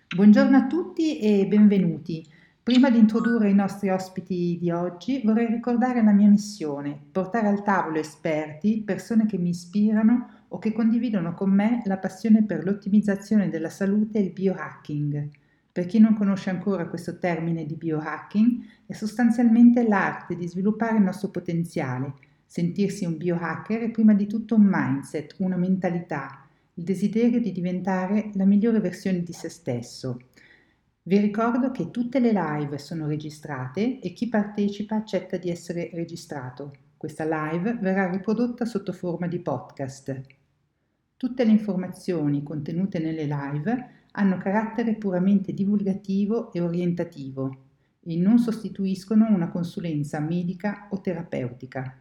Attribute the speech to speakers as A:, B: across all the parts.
A: Buongiorno a tutti e benvenuti. Prima di introdurre i nostri ospiti di oggi, vorrei ricordare la mia missione: portare al tavolo esperti, persone che mi ispirano o che condividono con me la passione per l'ottimizzazione della salute e il biohacking. Per chi non conosce ancora questo termine di biohacking, è sostanzialmente l'arte di sviluppare il nostro potenziale. Sentirsi un biohacker è prima di tutto un mindset, una mentalità, il desiderio di diventare la migliore versione di se stesso. Vi ricordo che tutte le live sono registrate e chi partecipa accetta di essere registrato. Questa live verrà riprodotta sotto forma di podcast. Tutte le informazioni contenute nelle live hanno carattere puramente divulgativo e orientativo e non sostituiscono una consulenza medica o terapeutica.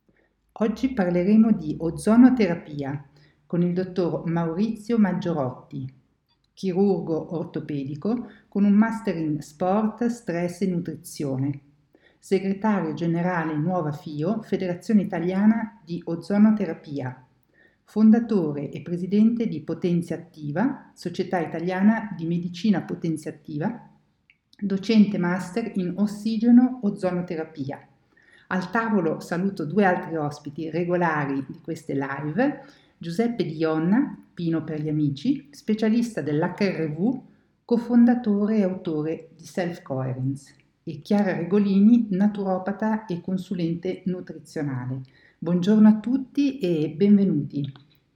A: Oggi parleremo di ozonoterapia con il dottor Maurizio Maggiorotti, chirurgo ortopedico con un master in sport, stress e nutrizione, segretario generale Nuova FIO, Federazione Italiana di Ozonoterapia, fondatore e presidente di Potenzia Attiva, Società Italiana di Medicina Potenziativa, docente master in ossigeno ozonoterapia. Al tavolo saluto due altri ospiti regolari di queste live: Giuseppe Di Ionna, Pino per gli amici, specialista dell'HRV, cofondatore e autore di Self Coherence, e Chiara Regolini, naturopata e consulente nutrizionale. Buongiorno a tutti e benvenuti.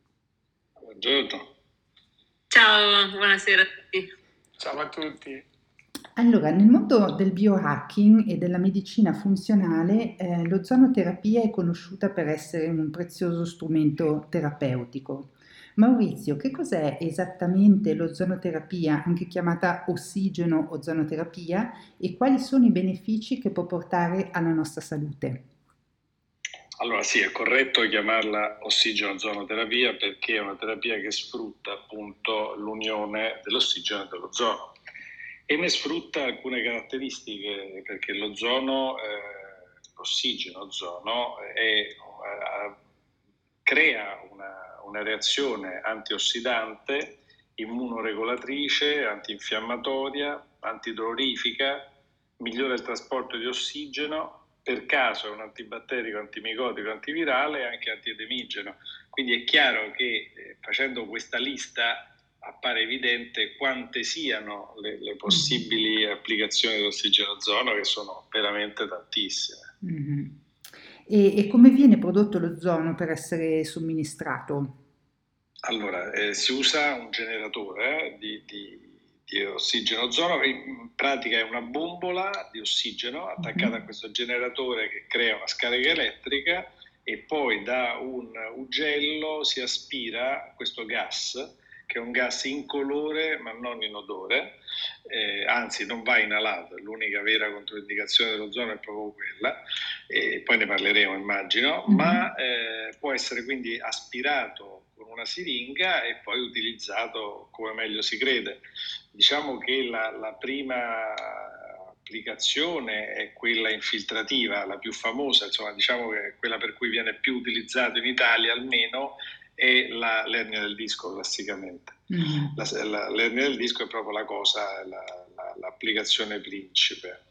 B: Buongiorno.
C: Ciao, buonasera a tutti.
B: Ciao a tutti.
A: Allora, nel mondo del biohacking e della medicina funzionale, l'ozonoterapia è conosciuta per essere un prezioso strumento terapeutico. Maurizio, che cos'è esattamente l'ozonoterapia, anche chiamata ossigeno-ozonoterapia, e quali sono i benefici che può portare alla nostra salute?
B: Allora sì, è corretto chiamarla ossigeno-ozonoterapia perché è una terapia che sfrutta appunto l'unione dell'ossigeno e dell'ozono e ne sfrutta alcune caratteristiche perché l'ossigeno, ozono, crea una reazione antiossidante, immunoregolatrice, antinfiammatoria, antidolorifica, migliora il trasporto di ossigeno, per caso è un antibatterico, antimicotico, antivirale e anche antiedemigeno. Quindi è chiaro che facendo questa lista appare evidente quante siano le possibili applicazioni dell'ossigeno ozono, che sono veramente tantissime.
A: Mm-hmm. E come viene prodotto l'ozono per essere somministrato?
B: Allora, si usa un generatore di ossigeno ozono, che in pratica è una bombola di ossigeno attaccata a questo generatore che crea una scarica elettrica e poi da un ugello si aspira questo gas, che è un gas incolore ma non inodore, anzi non va inalato, l'unica vera controindicazione dell'ozono è proprio quella, poi ne parleremo immagino, ma può essere quindi aspirato con una siringa e poi utilizzato come meglio si crede. Diciamo che la prima applicazione è quella infiltrativa, la più famosa, insomma diciamo che è quella per cui viene più utilizzato in Italia almeno, è l'ernia del disco classicamente. L'ernia del disco è proprio la cosa, l'applicazione principe.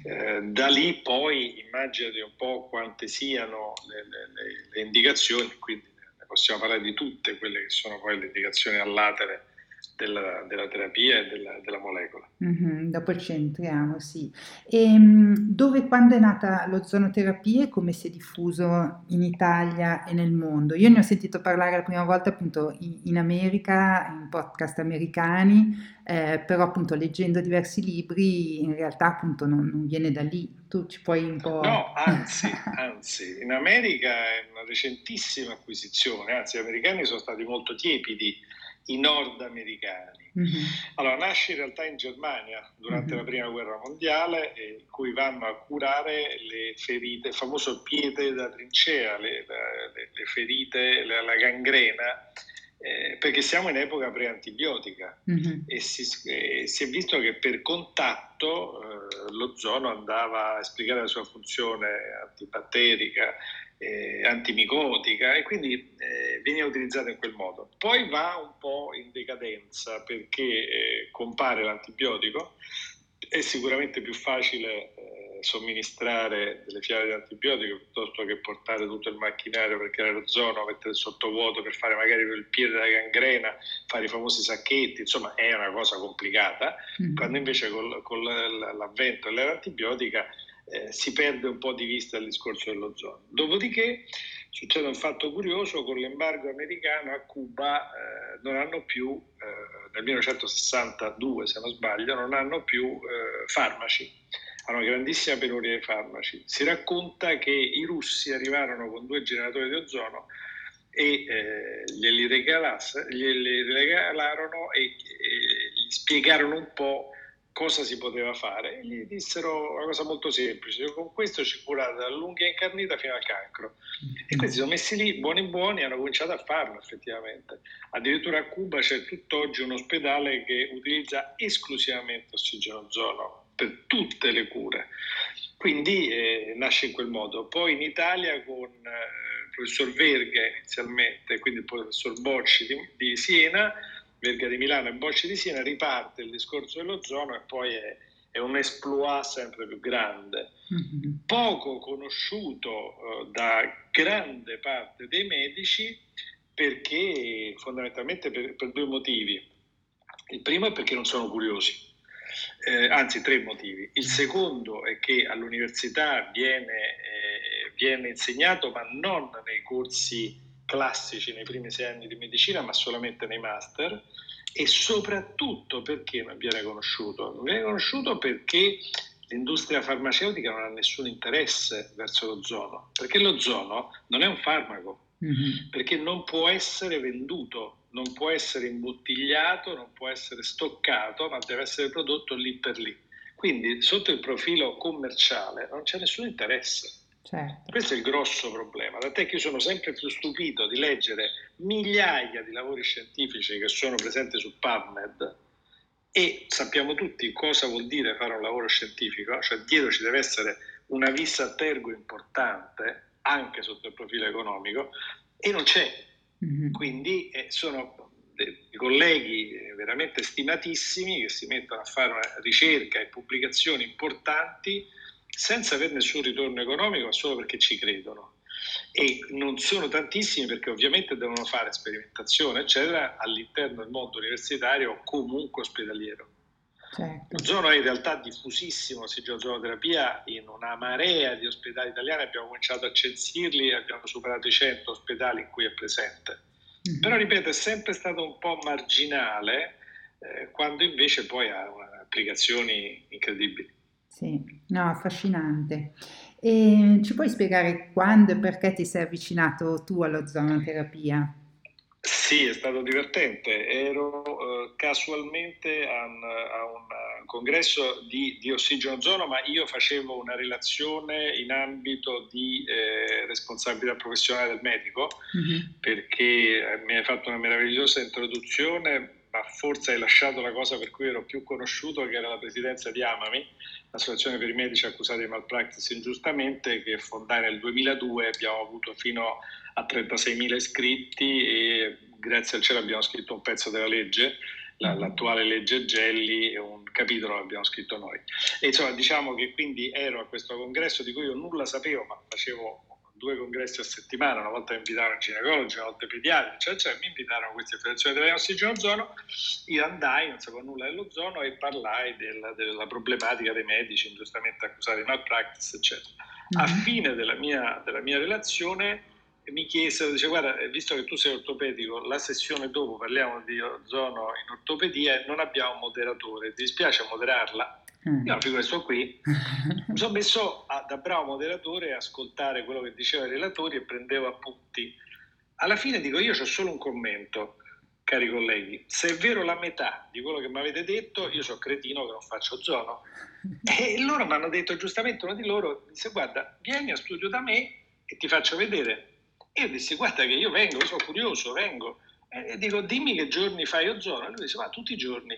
B: Da lì poi immaginate un po' quante siano le indicazioni, quindi ne possiamo parlare di tutte quelle che sono poi le indicazioni all'atere della terapia e della molecola.
A: Dopo ci entriamo, sì. Dove e quando è nata l'ozonoterapia e come si è diffuso in Italia e nel mondo? Io ne ho sentito parlare la prima volta appunto in America, in podcast americani, però appunto leggendo diversi libri in realtà appunto non viene da lì. Tu ci puoi un po'...
B: No, anzi, in America è una recentissima acquisizione, anzi gli americani sono stati molto tiepidi, i nordamericani. Allora, nasce in realtà in Germania durante la Prima Guerra Mondiale, in cui vanno a curare le ferite, il famoso piede da trincea, le ferite, la gangrena, perché siamo in epoca pre-antibiotica e si è visto che per contatto l'ozono andava a esplicare la sua funzione antibatterica antimicotica, e quindi viene utilizzata in quel modo. Poi va un po' in decadenza perché compare l'antibiotico, è sicuramente più facile somministrare delle fiale di antibiotico piuttosto che portare tutto il macchinario per creare l'ozono, mettere il sottovuoto per fare magari il piede della gangrena, fare i famosi sacchetti, insomma è una cosa complicata, quando invece con l'avvento dell'era antibiotica si perde un po' di vista il discorso dell'ozono. Dopodiché succede un fatto curioso: con l'embargo americano a Cuba non hanno più, nel 1962 se non sbaglio, non hanno più farmaci, hanno una grandissima penuria di farmaci. Si racconta che i russi arrivarono con 2 generatori di ozono e glieli regalarono e gli spiegarono un po' cosa si poteva fare, e gli dissero una cosa molto semplice: con questo ci curate dall'unghia incarnita fino al cancro. E questi si sono messi lì buoni buoni e hanno cominciato a farlo effettivamente. Addirittura a Cuba c'è tutt'oggi un ospedale che utilizza esclusivamente ossigeno ozono per tutte le cure, quindi nasce in quel modo. Poi in Italia con il professor Verga inizialmente, quindi il professor Bocci di Siena, Verga di Milano e Bocci di Siena, riparte il discorso dell'ozono e poi è un exploit sempre più grande, poco conosciuto da grande parte dei medici, perché fondamentalmente per 2 motivi. Il primo è perché non sono curiosi, anzi 3 motivi. Il secondo è che all'università viene insegnato, ma non nei corsi classici nei primi 6 anni di medicina, ma solamente nei master. E soprattutto perché non viene conosciuto? Non viene conosciuto perché l'industria farmaceutica non ha nessun interesse verso l'ozono, perché l'ozono non è un farmaco, perché non può essere venduto, non può essere imbottigliato, non può essere stoccato, ma deve essere prodotto lì per lì. Quindi sotto il profilo commerciale non c'è nessun interesse.
A: Certo.
B: Questo è il grosso problema, tant'è che io sono sempre più stupito di leggere migliaia di lavori scientifici che sono presenti su PubMed, e sappiamo tutti cosa vuol dire fare un lavoro scientifico, cioè dietro ci deve essere una vis a tergo importante anche sotto il profilo economico, e non c'è. Quindi sono dei colleghi veramente stimatissimi che si mettono a fare una ricerca e pubblicazioni importanti senza avere nessun ritorno economico, ma solo perché ci credono. E non sono tantissimi perché ovviamente devono fare sperimentazione eccetera all'interno del mondo universitario o comunque ospedaliero.
A: Certo.
B: L'ozono è in realtà diffusissimo, l'ozonoterapia in una marea di ospedali italiani, abbiamo cominciato a censirli e abbiamo superato i 100 ospedali in cui è presente. Però ripeto, è sempre stato un po' marginale, quando invece poi ha applicazioni incredibili.
A: Sì, no, affascinante. E ci puoi spiegare quando e perché ti sei avvicinato tu all'ozonoterapia?
B: Sì, è stato divertente. Ero casualmente a un congresso di ossigeno ozono, ma io facevo una relazione in ambito di responsabilità professionale del medico, perché mi hai fatto una meravigliosa introduzione, ma forse hai lasciato la cosa per cui ero più conosciuto, che era la presidenza di AMAMI, l'Associazione per i medici accusati di malpractice ingiustamente, che fondai nel 2002. Abbiamo avuto fino a 36.000 iscritti e grazie al cielo abbiamo scritto un pezzo della legge, l'attuale legge Gelli, e un capitolo l'abbiamo scritto noi. E insomma, diciamo che quindi ero a questo congresso di cui io nulla sapevo, ma facevo 2 congressi a settimana, una volta mi invitavano i ginecologi, una volta i pediatri, cioè mi invitarono a queste federazioni della ossigeno ozono. Io andai, non sapevo nulla dell'ozono, e parlai della problematica dei medici ingiustamente accusati di malpractice, eccetera. A fine della mia relazione mi chiesero, dice: guarda, visto che tu sei ortopedico, la sessione dopo parliamo di ozono in ortopedia e non abbiamo un moderatore, ti dispiace moderarla? Io la figura sto qui, mi sono messo da bravo moderatore a ascoltare quello che dicevano i relatori e prendevo appunti. Alla fine dico: io ho solo un commento, cari colleghi: se è vero la metà di quello che mi avete detto, io sono cretino che non faccio ozono. E loro mi hanno detto, giustamente uno di loro disse: guarda, vieni a studio da me e ti faccio vedere. E io dissi: guarda che io vengo, io sono curioso, vengo. E dico: dimmi che giorni fai ozono. E lui disse: ma tutti i giorni.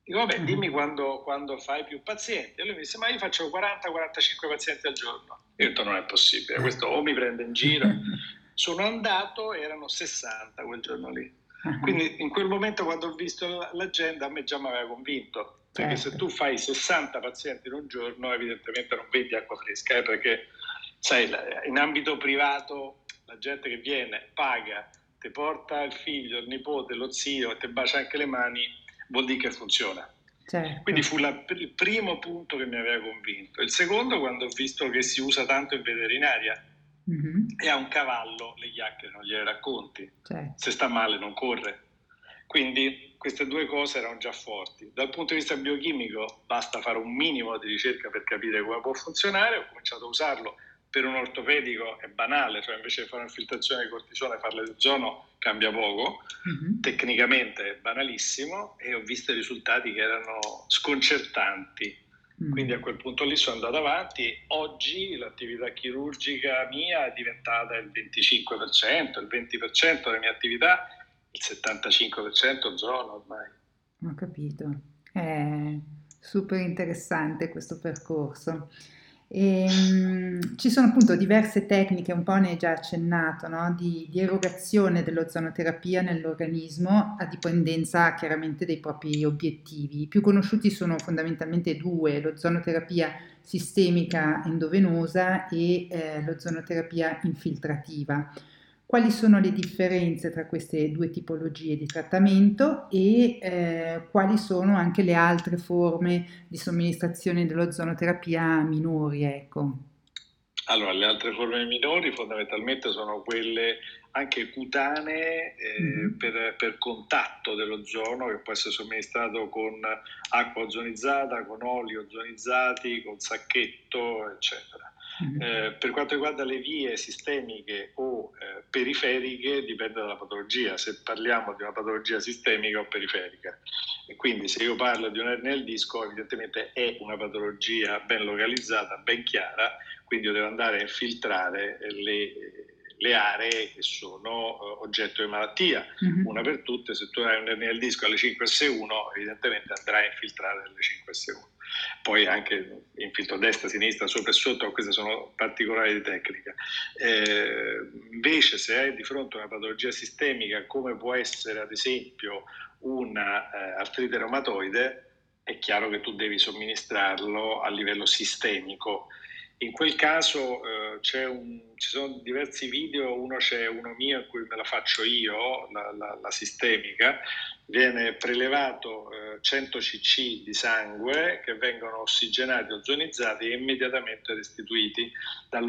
B: Dico, vabbè, dimmi quando fai più pazienti. E lui mi disse, ma io faccio 40-45 pazienti al giorno. Io ho detto, non è possibile, questo o mi prende in giro. Sono andato, erano 60 quel giorno lì. Quindi in quel momento, quando ho visto l'agenda, a me già mi aveva convinto, perché se tu fai 60 pazienti in un giorno, evidentemente non vendi acqua fresca, perché sai, in ambito privato la gente che viene, paga, ti porta il figlio, il nipote, lo zio e ti bacia anche le mani, vuol dire che funziona.
A: Certo.
B: Quindi fu il primo punto che mi aveva convinto. Il secondo, quando ho visto che si usa tanto in veterinaria, e a un cavallo le chiacchiere non gliele racconti, certo. Se sta male non corre. Quindi queste due cose erano già forti. Dal punto di vista biochimico basta fare un minimo di ricerca per capire come può funzionare. Ho cominciato a usarlo. Per un ortopedico è banale, cioè invece di fare un'infiltrazione di cortisone e farle d'ozono cambia poco, tecnicamente è banalissimo, e ho visto i risultati che erano sconcertanti. Quindi a quel punto lì sono andato avanti. Oggi l'attività chirurgica mia è diventata il 25%, il 20% della mia attività, il 75% ozono ormai.
A: Ho capito, è super interessante questo percorso. Ci sono appunto diverse tecniche, un po' ne hai già accennato, no? di erogazione dell'ozonoterapia nell'organismo a dipendenza chiaramente dei propri obiettivi. I più conosciuti sono fondamentalmente due: l'ozonoterapia sistemica endovenosa e l'ozonoterapia infiltrativa. Quali sono le differenze tra queste due tipologie di trattamento e quali sono anche le altre forme di somministrazione dell'ozonoterapia minori, ecco?
B: Allora, le altre forme minori fondamentalmente sono quelle anche cutanee, per contatto dell'ozono, che può essere somministrato con acqua ozonizzata, con oli ozonizzati, con sacchetto, eccetera. Per quanto riguarda le vie sistemiche o periferiche, dipende dalla patologia, se parliamo di una patologia sistemica o periferica. E quindi se io parlo di un'ernia al disco, evidentemente è una patologia ben localizzata, ben chiara, quindi io devo andare a infiltrare le aree che sono oggetto di malattia. Una per tutte, se tu hai un'ernia al disco alle 5S1, evidentemente andrai a infiltrare le 5S1. Poi anche infiltro destra, sinistra, sopra e sotto, queste sono particolari di tecnica. Invece se hai di fronte una patologia sistemica, come può essere ad esempio una artrite reumatoide, è chiaro che tu devi somministrarlo a livello sistemico. In quel caso ci sono diversi video, c'è uno mio in cui me la faccio io, la sistemica. Viene prelevato 100 cc di sangue che vengono ossigenati, ozonizzati e immediatamente restituiti dalla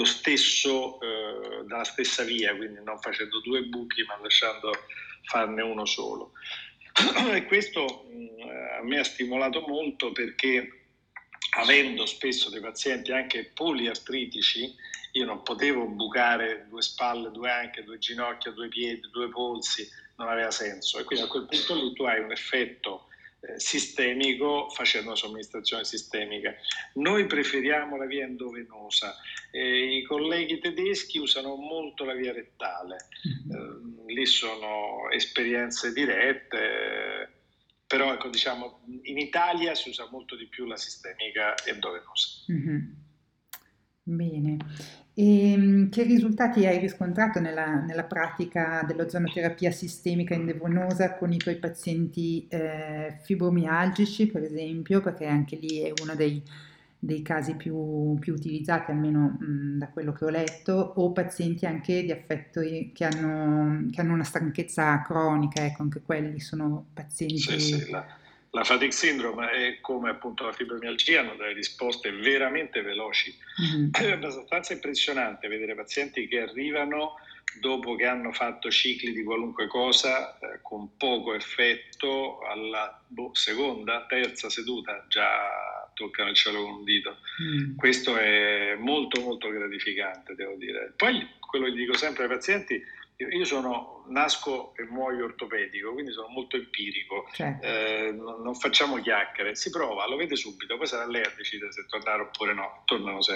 B: stessa via, quindi non facendo due buchi ma lasciando farne uno solo. E questo a me ha stimolato molto, perché avendo spesso dei pazienti anche poliartritici, io non potevo bucare due spalle, due anche, due ginocchia, due piedi, due polsi, non aveva senso. E quindi a quel punto lì tu hai un effetto sistemico facendo una somministrazione sistemica. Noi preferiamo la via endovenosa. I colleghi tedeschi usano molto la via rettale. Lì sono esperienze dirette, però ecco, diciamo, in Italia si usa molto di più la sistemica endovenosa.
A: Bene. E che risultati hai riscontrato nella pratica dell'ozonoterapia sistemica endovenosa con i tuoi pazienti fibromialgici, per esempio, perché anche lì è uno dei casi più utilizzati, almeno da quello che ho letto, o pazienti anche di affetto che hanno una stanchezza cronica, ecco, anche quelli sono pazienti...
B: Sì, la fatigue syndrome è come appunto la fibromialgia, hanno delle risposte veramente veloci. È abbastanza impressionante vedere pazienti che arrivano dopo che hanno fatto cicli di qualunque cosa con poco effetto, alla seconda, terza seduta già toccano il cielo con un dito. Questo è molto molto gratificante, devo dire. Poi quello che dico sempre ai pazienti: io nasco e muoio ortopedico, quindi sono molto empirico. Certo. Non facciamo chiacchiere, si prova, lo vede subito, poi sarà lei a decidere se tornare oppure no, tornano sempre.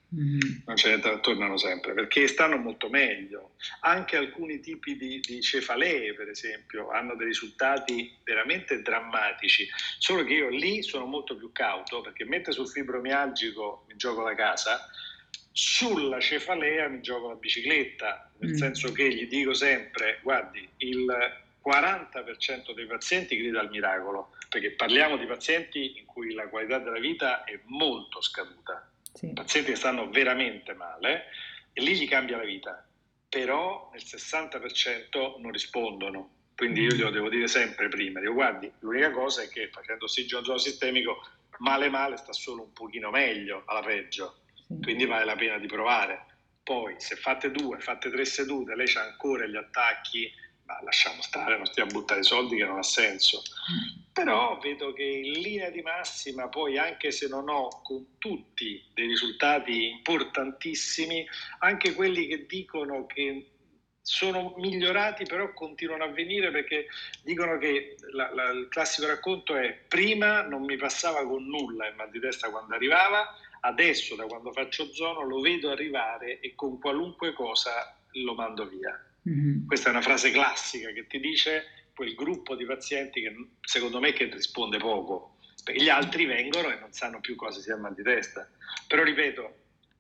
B: Non c'è niente, tornano sempre, perché stanno molto meglio. Anche alcuni tipi di cefalee, per esempio, hanno dei risultati veramente drammatici, solo che io lì sono molto più cauto, perché mentre sul fibromialgico mi gioco la casa, sulla cefalea mi gioco la bicicletta, nel senso che gli dico sempre, guardi, il 40% dei pazienti grida al miracolo, perché parliamo di pazienti in cui la qualità della vita è molto scaduta. Sì. Pazienti che stanno veramente male e lì gli cambia la vita, però nel 60% non rispondono, quindi io glielo devo dire sempre prima, dico guardi, l'unica cosa è che facendo ossigeno sistemico male sta solo un pochino meglio, alla peggio, quindi vale la pena di provare. Poi se fate 2, fate 3 sedute, lei c'ha ancora gli attacchi, ma lasciamo stare, non stiamo a buttare soldi che non ha senso. Però vedo che in linea di massima, poi anche se non ho con tutti dei risultati importantissimi, anche quelli che dicono che sono migliorati però continuano a venire, perché dicono che il classico racconto è: prima non mi passava con nulla il mal di testa quando arrivava, adesso da quando faccio ozono lo vedo arrivare e con qualunque cosa lo mando via. Questa è una frase classica che ti dice quel gruppo di pazienti che secondo me che risponde poco, perché gli altri vengono e non sanno più cosa sia il mal di testa. Però ripeto,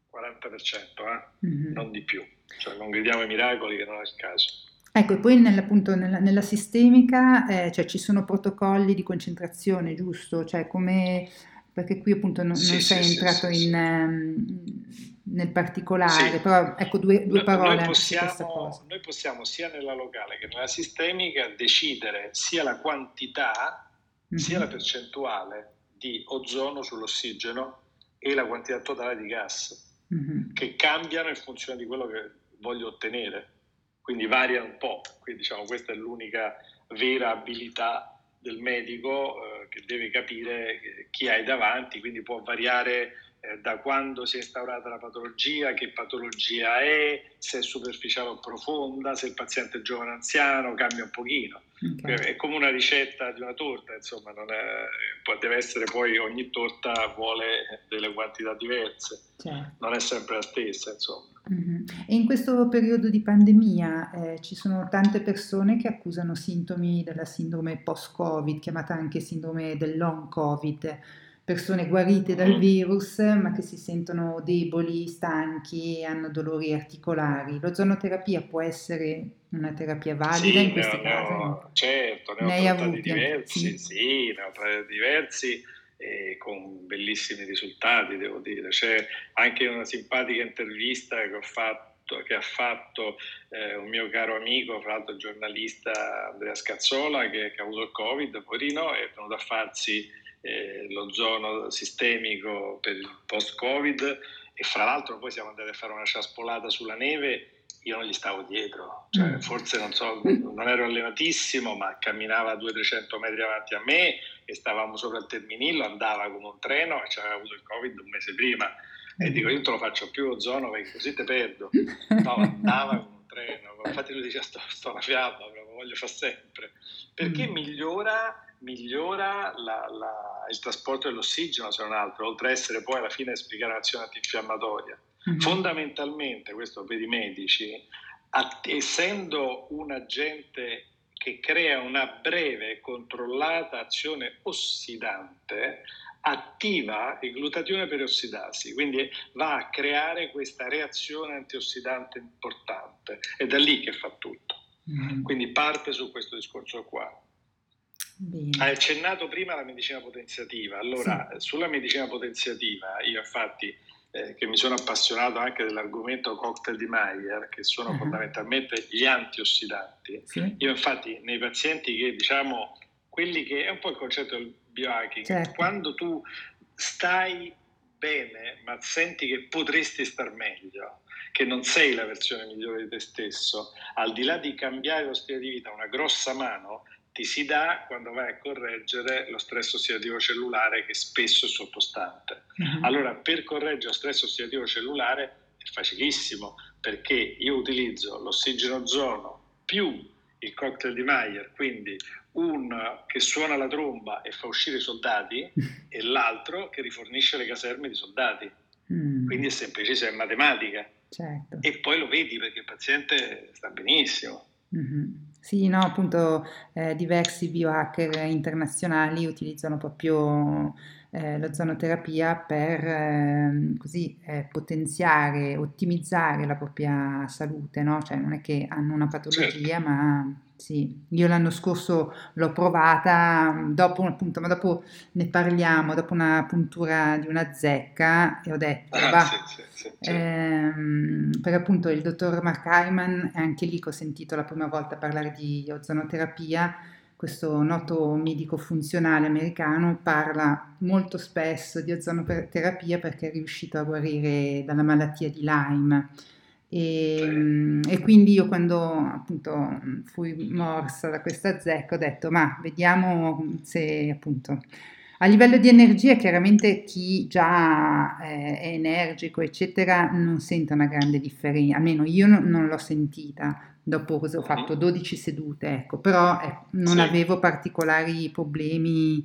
B: 40%, non di più, cioè non gridiamo ai miracoli, che non è il caso.
A: Ecco, e poi nella sistemica cioè, ci sono protocolli di concentrazione, giusto? Cioè, come, perché qui appunto non sei entrato nel particolare, però ecco due parole anche su questa cosa.
B: Noi possiamo sia nella locale che nella sistemica decidere sia la quantità sia la percentuale di ozono sull'ossigeno e la quantità totale di gas, che cambiano in funzione di quello che voglio ottenere. Quindi varia un po', quindi diciamo questa è l'unica vera abilità del medico, che deve capire chi hai davanti, quindi può variare da quando si è instaurata la patologia, che patologia è, se è superficiale o profonda, se il paziente è giovane o anziano, cambia un pochino. Okay. È come una ricetta di una torta, insomma, deve essere poi, ogni torta vuole delle quantità diverse, certo. Non è sempre la stessa, insomma.
A: E in questo periodo di pandemia ci sono tante persone che accusano sintomi della sindrome post-Covid, chiamata anche sindrome del long Covid, persone guarite dal virus ma che si sentono deboli, stanchi, hanno dolori articolari. L'ozonoterapia può essere una terapia valida in questi casi?
B: Certo, ne ho trattati diversi, ne ho trattati diversi. E con bellissimi risultati, devo dire. C'è anche una simpatica intervista che ha fatto un mio caro amico, fra l'altro giornalista, Andrea Scazzola, che ha avuto il Covid, poverino, è venuto a farsi l'ozono sistemico per il post-Covid, e fra l'altro poi siamo andati a fare una ciaspolata sulla neve. Io non gli stavo dietro, cioè forse non ero allenatissimo, ma camminava 200-300 metri avanti a me e stavamo sopra il Terminillo, andava come un treno e aveva avuto il Covid un mese prima. E dico, io non te lo faccio più ozono perché così te perdo. No, andava come un treno. Infatti lui dice, sto una fiamma, lo voglio fare sempre. Perché migliora il trasporto dell'ossigeno, se non altro, oltre a essere poi alla fine spiegare un'azione antinfiammatoria. Fondamentalmente, questo per i medici, essendo un agente che crea una breve e controllata azione ossidante, attiva il glutatione perossidasi, quindi va a creare questa reazione antiossidante importante, è da lì che fa tutto. Quindi parte su questo discorso qua. Hai accennato prima la medicina potenziativa. Allora, sulla medicina potenziativa, io infatti che mi sono appassionato anche dell'argomento cocktail di Mayer, che sono fondamentalmente gli antiossidanti. Io infatti nei pazienti che, diciamo, quelli che è un po' il concetto del biohacking, quando tu stai bene ma senti che potresti star meglio, che non sei la versione migliore di te stesso, al di là di cambiare lo stile di vita, una grossa mano ti si dà quando vai a correggere lo stress ossidativo cellulare, che spesso è sottostante. Allora, per correggere lo stress ossidativo cellulare è facilissimo, perché io utilizzo l'ossigeno ozono più il cocktail di Mayer, quindi un che suona la tromba e fa uscire i soldati e l'altro che rifornisce le caserme di soldati. Quindi è semplicissimo, è matematica.
A: Certo.
B: E poi lo vedi perché il paziente sta benissimo.
A: Sì, no, appunto diversi biohacker internazionali utilizzano proprio l'ozonoterapia per così potenziare, ottimizzare la propria salute, no? Cioè non è che hanno una
B: Certo.
A: patologia, ma sì, io l'anno scorso l'ho provata, dopo appunto, ma dopo ne parliamo, dopo una puntura di una zecca e ho detto,
B: Ah, sì,
A: va.
B: sì, sì, certo.
A: Per appunto il dottor Mark Hyman, è anche lì che ho sentito la prima volta parlare di ozonoterapia, questo noto medico funzionale americano parla molto spesso di ozonoterapia perché è riuscito a guarire dalla malattia di Lyme. E,
B: Sì.
A: e quindi io quando appunto fui morsa da questa zecca ho detto ma vediamo se appunto a livello di energia chiaramente chi già è energico eccetera non sente una grande differenza, almeno io non l'ho sentita dopo cosa ho fatto 12 sedute, ecco, però non
B: Sì.
A: avevo particolari problemi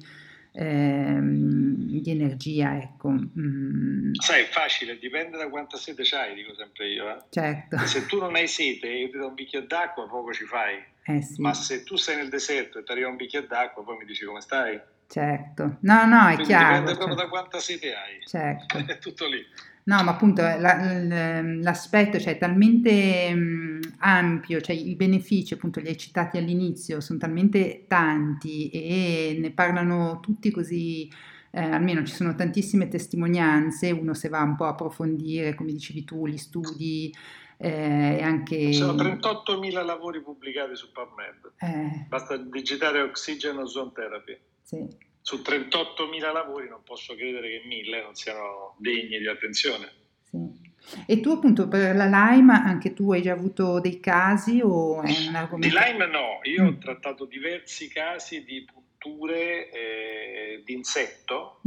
A: di energia, ecco.
B: Sai, è facile, dipende da quanta sete c'hai, dico sempre io.
A: Certo.
B: Se tu non hai sete e io ti do un bicchiere d'acqua, poco ci fai.
A: Sì.
B: Ma se tu sei nel deserto e ti arriva un bicchiere d'acqua, poi mi dici come stai?
A: Certo, no, è
B: Quindi
A: chiaro.
B: dipende proprio
A: Certo.
B: da quanta sete hai.
A: Certo.
B: È tutto lì.
A: No, ma appunto l'aspetto cioè, è talmente ampio, cioè i benefici, appunto, li hai citati all'inizio, sono talmente tanti e ne parlano tutti così, almeno ci sono tantissime testimonianze, uno se va un po' a approfondire, come dicevi tu, gli studi e anche...
B: Sono 38.000 lavori pubblicati su PubMed. Basta digitare Oxygen Ozone Therapy.
A: Sì.
B: Su 38.000 lavori non posso credere che 1.000 non siano degni di attenzione.
A: Sì. E tu appunto per la Lyme anche tu hai già avuto dei casi o è un argomento?
B: Di Lyme no, io ho trattato diversi casi di punture di insetto,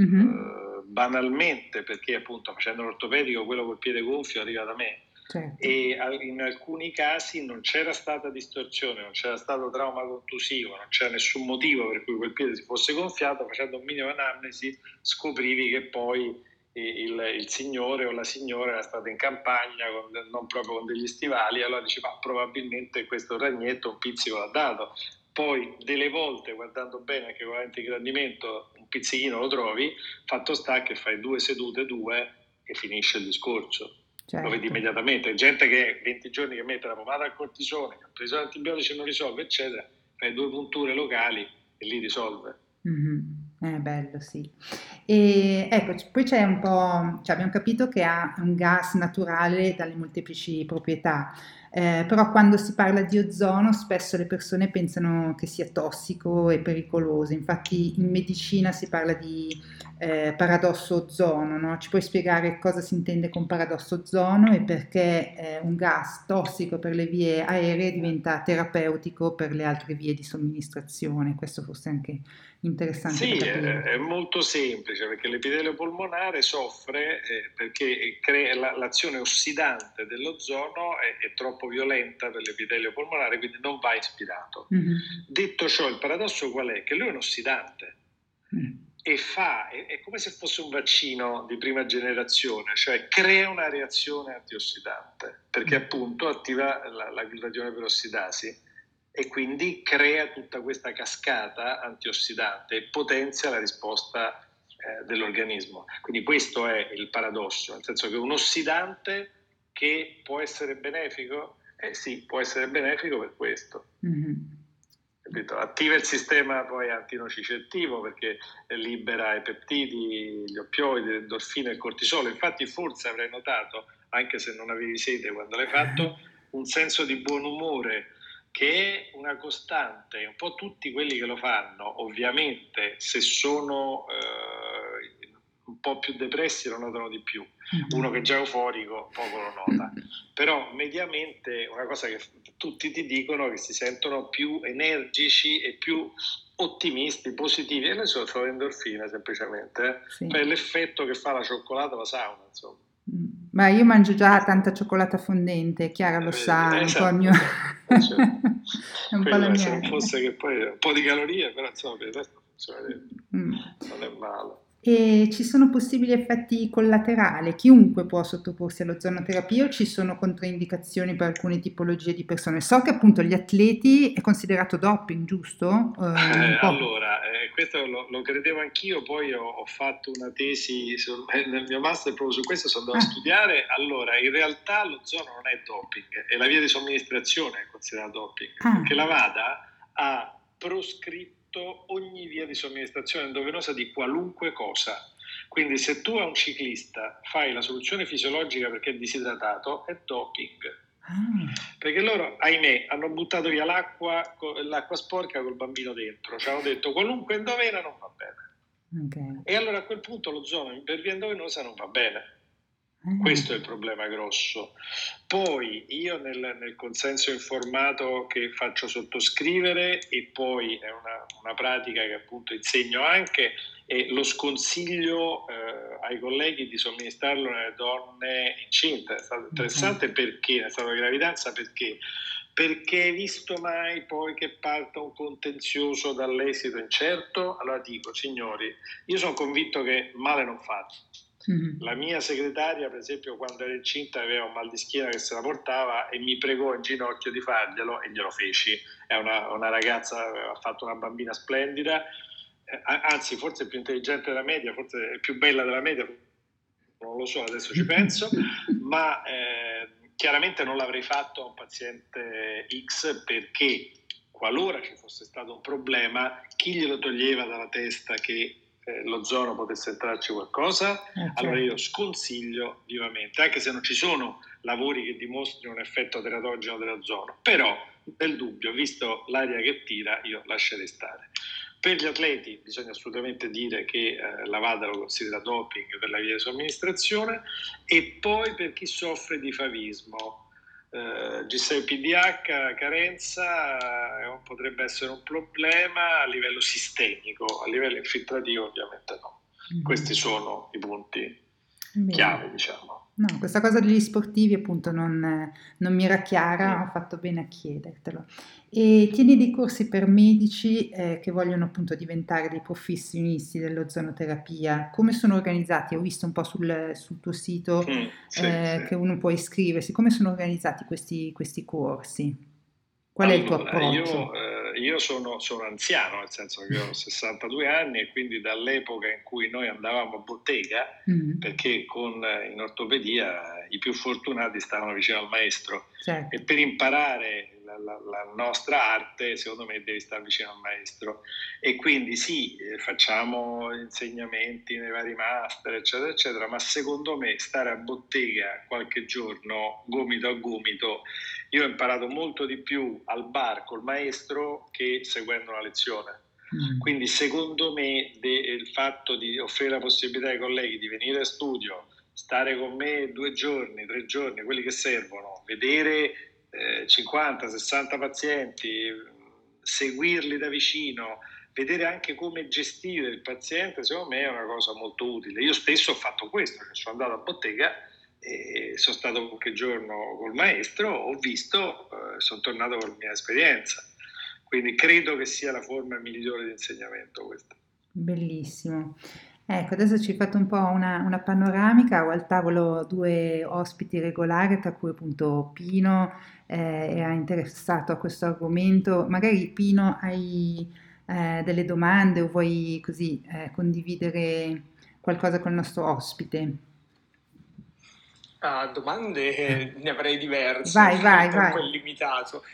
B: banalmente perché appunto facendo l'ortopedico quello col piede gonfio arriva da me. Certo. E in alcuni casi non c'era stata distorsione, non c'era stato trauma contusivo, non c'era nessun motivo per cui quel piede si fosse gonfiato, facendo un minimo anamnesi scoprivi che poi il signore o la signora era stata in campagna non proprio con degli stivali, allora dici ma probabilmente questo ragnetto un pizzico l'ha dato. Poi delle volte guardando bene anche con l'antigrandimento un pizzichino lo trovi, fatto sta che fai 2 sedute e finisce il discorso. Certo. Lo vedi immediatamente, gente che 20 giorni che mette la pomata al cortisone, che ha preso antibiotici e non risolve eccetera, fai 2 punture locali e li risolve.
A: È bello, sì. E ecco, poi c'è un po', cioè abbiamo capito che ha un gas naturale dalle molteplici proprietà, però quando si parla di ozono spesso le persone pensano che sia tossico e pericoloso, infatti in medicina si parla di paradosso ozono, no? Ci puoi spiegare cosa si intende con paradosso ozono e perché un gas tossico per le vie aeree diventa terapeutico per le altre vie di somministrazione? Questo forse è anche interessante.
B: Sì, è molto semplice perché l'epitelio polmonare soffre perché l'azione ossidante dell'ozono è troppo violenta per l'epitelio polmonare, quindi non va ispirato. Detto ciò, il paradosso qual è? Che lui è un ossidante e è come se fosse un vaccino di prima generazione, cioè crea una reazione antiossidante perché appunto attiva la glutatione perossidasi e quindi crea tutta questa cascata antiossidante e potenzia la risposta dell'organismo. Quindi questo è il paradosso, nel senso che un ossidante che può essere benefico, sì, può essere benefico per questo. Capito? Attiva il sistema poi antinocicettivo perché libera i peptidi, gli oppioidi, le endorfine, il cortisolo. Infatti forse avrai notato, anche se non avevi sete quando l'hai fatto, un senso di buon umore che è una costante. Un po' tutti quelli che lo fanno, ovviamente se sono un po' più depressi lo notano di più. Uno che è già euforico poco lo nota, però mediamente una cosa che tutti ti dicono è che si sentono più energici e più ottimisti, positivi, e noi sono le endorfine semplicemente,
A: Sì.
B: Per l'effetto che fa la cioccolata o la sauna, insomma.
A: Ma io mangio già tanta cioccolata fondente, Chiara lo sa, è un po' il mio...
B: Certo.
A: è un po' la
B: Se
A: mia...
B: non fosse che poi un po' di calorie, però insomma per il resto funziona, non è male.
A: E ci sono possibili effetti collaterali? Chiunque può sottoporsi all'ozonoterapia o ci sono controindicazioni per alcune tipologie di persone? So che appunto gli atleti è considerato doping, giusto? Un po'.
B: Allora, questo lo credevo anch'io, poi ho fatto una tesi nel mio master proprio su questo, sono andato a
A: Ah,
B: studiare. Allora, in realtà l'ozono non è doping, è la via di somministrazione è considerata doping, perché
A: ah,
B: la WADA ha proscritto ogni via di somministrazione endovenosa di qualunque cosa. Quindi se tu a un ciclista fai la soluzione fisiologica perché è disidratato, è doping.
A: ah,
B: Perché loro, ahimè, hanno buttato via l'acqua sporca col bambino dentro. Ci hanno detto qualunque endovena non va bene.
A: ok.
B: E allora a quel punto l'ozono per via endovenosa non va bene.
A: Ah,
B: Questo è il problema grosso. Poi io nel consenso informato che faccio sottoscrivere, e poi è una pratica che appunto insegno anche, e lo sconsiglio ai colleghi di somministrarlo nelle donne incinte. È stato
A: ok.
B: interessante perché, nel stato di gravidanza, perché visto mai poi che parta un contenzioso dall'esito incerto, allora dico, signori, io sono convinto che male non fate.
A: Mhm.
B: La mia segretaria, per esempio, quando era incinta aveva un mal di schiena che se la portava e mi pregò in ginocchio di farglielo e glielo feci. È una ragazza, ha fatto una bambina splendida, anzi forse è più intelligente della media, forse è più bella della media, non lo so, adesso ci penso, ma chiaramente non l'avrei fatto a un paziente X perché qualora ci fosse stato un problema, chi glielo toglieva dalla testa che l'ozono potesse entrarci qualcosa? Allora
A: Certo.
B: io sconsiglio vivamente, anche se non ci sono lavori che dimostrino un effetto teratogeno dell'ozono, però nel dubbio, visto l'aria che tira, io lascerei stare. Per gli atleti bisogna assolutamente dire che la VADA lo considera doping per la via di somministrazione, e poi per chi soffre di favismo, G6PD-H, carenza, potrebbe essere un problema a livello sistemico, a livello infiltrativo ovviamente no.
A: Mhm.
B: Questi sono i punti
A: Bene.
B: chiave, diciamo.
A: No, questa cosa degli sportivi appunto non mi era chiara,
B: Mm.
A: ho fatto bene a chiedertelo. E tieni dei corsi per medici che vogliono appunto diventare dei professionisti dell'ozonoterapia. Come sono organizzati? Ho visto un po' sul tuo sito
B: Sì, sì.
A: che uno può iscriversi. Come sono organizzati questi corsi? Qual è il tuo
B: Allora,
A: approccio?
B: io sono anziano, nel senso che ho 62 anni e quindi dall'epoca in cui noi andavamo a bottega,
A: Mhm,
B: perché in ortopedia i più fortunati stavano vicino al maestro,
A: certo.
B: e per imparare la nostra arte, secondo me, devi stare vicino al maestro. E quindi sì, facciamo insegnamenti nei vari master, eccetera, eccetera, ma secondo me stare a bottega qualche giorno, gomito a gomito, io ho imparato molto di più al bar col maestro che seguendo una lezione.
A: Mm,
B: Quindi secondo me il fatto di offrire la possibilità ai colleghi di venire a studio, stare con me 2 giorni, 3 giorni, quelli che servono, vedere 50-60 pazienti, seguirli da vicino, vedere anche come gestire il paziente, secondo me è una cosa molto utile. Io stesso ho fatto questo, cioè sono andato a bottega e sono stato qualche giorno col maestro, ho visto, sono tornato con la mia esperienza. Quindi credo che sia la forma migliore di insegnamento questa.
A: bellissimo. Ecco, adesso ci hai fatto un po' una panoramica, ho al tavolo due ospiti regolari, tra cui appunto Pino era interessato a questo argomento. Magari Pino hai delle domande o vuoi così condividere qualcosa con il nostro ospite?
D: Domande ne avrei diverse,
A: Vai,
D: il
A: vai, vai.
D: tempo è limitato.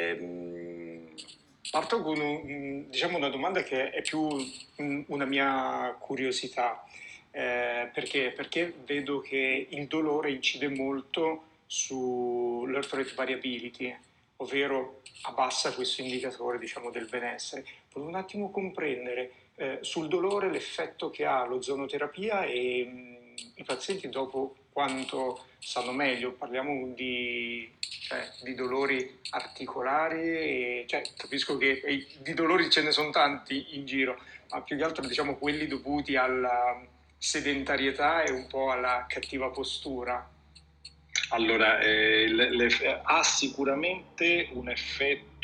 D: Parto con diciamo una domanda che è più una mia curiosità, perché vedo che il dolore incide molto sull'heart rate variability, ovvero abbassa questo indicatore, diciamo, del benessere. Volevo un attimo comprendere sul dolore l'effetto che ha l'ozonoterapia e i pazienti dopo quanto stanno meglio. Parliamo di dolori articolari, capisco che di dolori ce ne sono tanti in giro, ma più che altro diciamo quelli dovuti alla sedentarietà e un po' alla cattiva postura.
B: Allora, ha sicuramente un effetto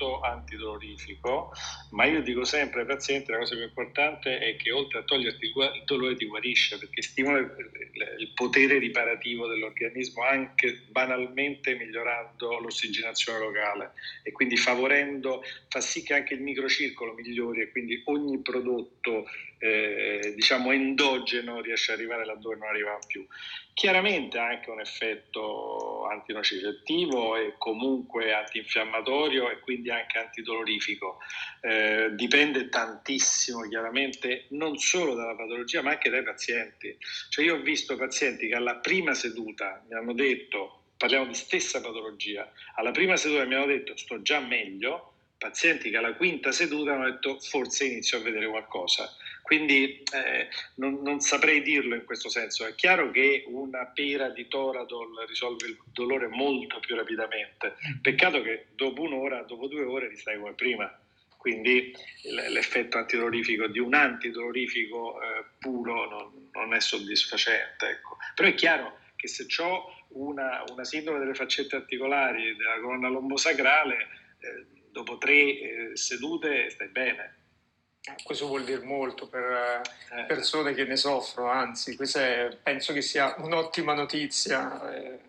B: prodotto antidolorifico, ma io dico sempre ai pazienti la cosa più importante è che oltre a toglierti il dolore ti guarisce, perché stimola il potere riparativo dell'organismo, anche banalmente migliorando l'ossigenazione locale e quindi favorendo, fa sì che anche il microcircolo migliori e quindi ogni prodotto diciamo endogeno riesce ad arrivare laddove non arriva più. Chiaramente ha anche un effetto antinocicettivo e comunque antinfiammatorio e quindi anche antidolorifico. Dipende tantissimo chiaramente non solo dalla patologia ma anche dai pazienti. Cioè io ho visto pazienti che alla prima seduta mi hanno detto, parliamo di stessa patologia, alla prima seduta mi hanno detto sto già meglio, pazienti che alla quinta seduta hanno detto forse inizio a vedere qualcosa. Quindi non saprei dirlo in questo senso. È chiaro che una pera di Toradol risolve il dolore molto più rapidamente. Peccato che dopo un'ora, dopo 2 ore ristai come prima. Quindi l'effetto antidolorifico di un antidolorifico puro non è soddisfacente. Ecco. Però è chiaro che se ho una sindrome delle faccette articolari, della colonna lombosacrale, dopo 3 sedute stai bene.
D: Questo vuol dire molto per persone che ne soffrono, anzi, penso che sia un'ottima notizia.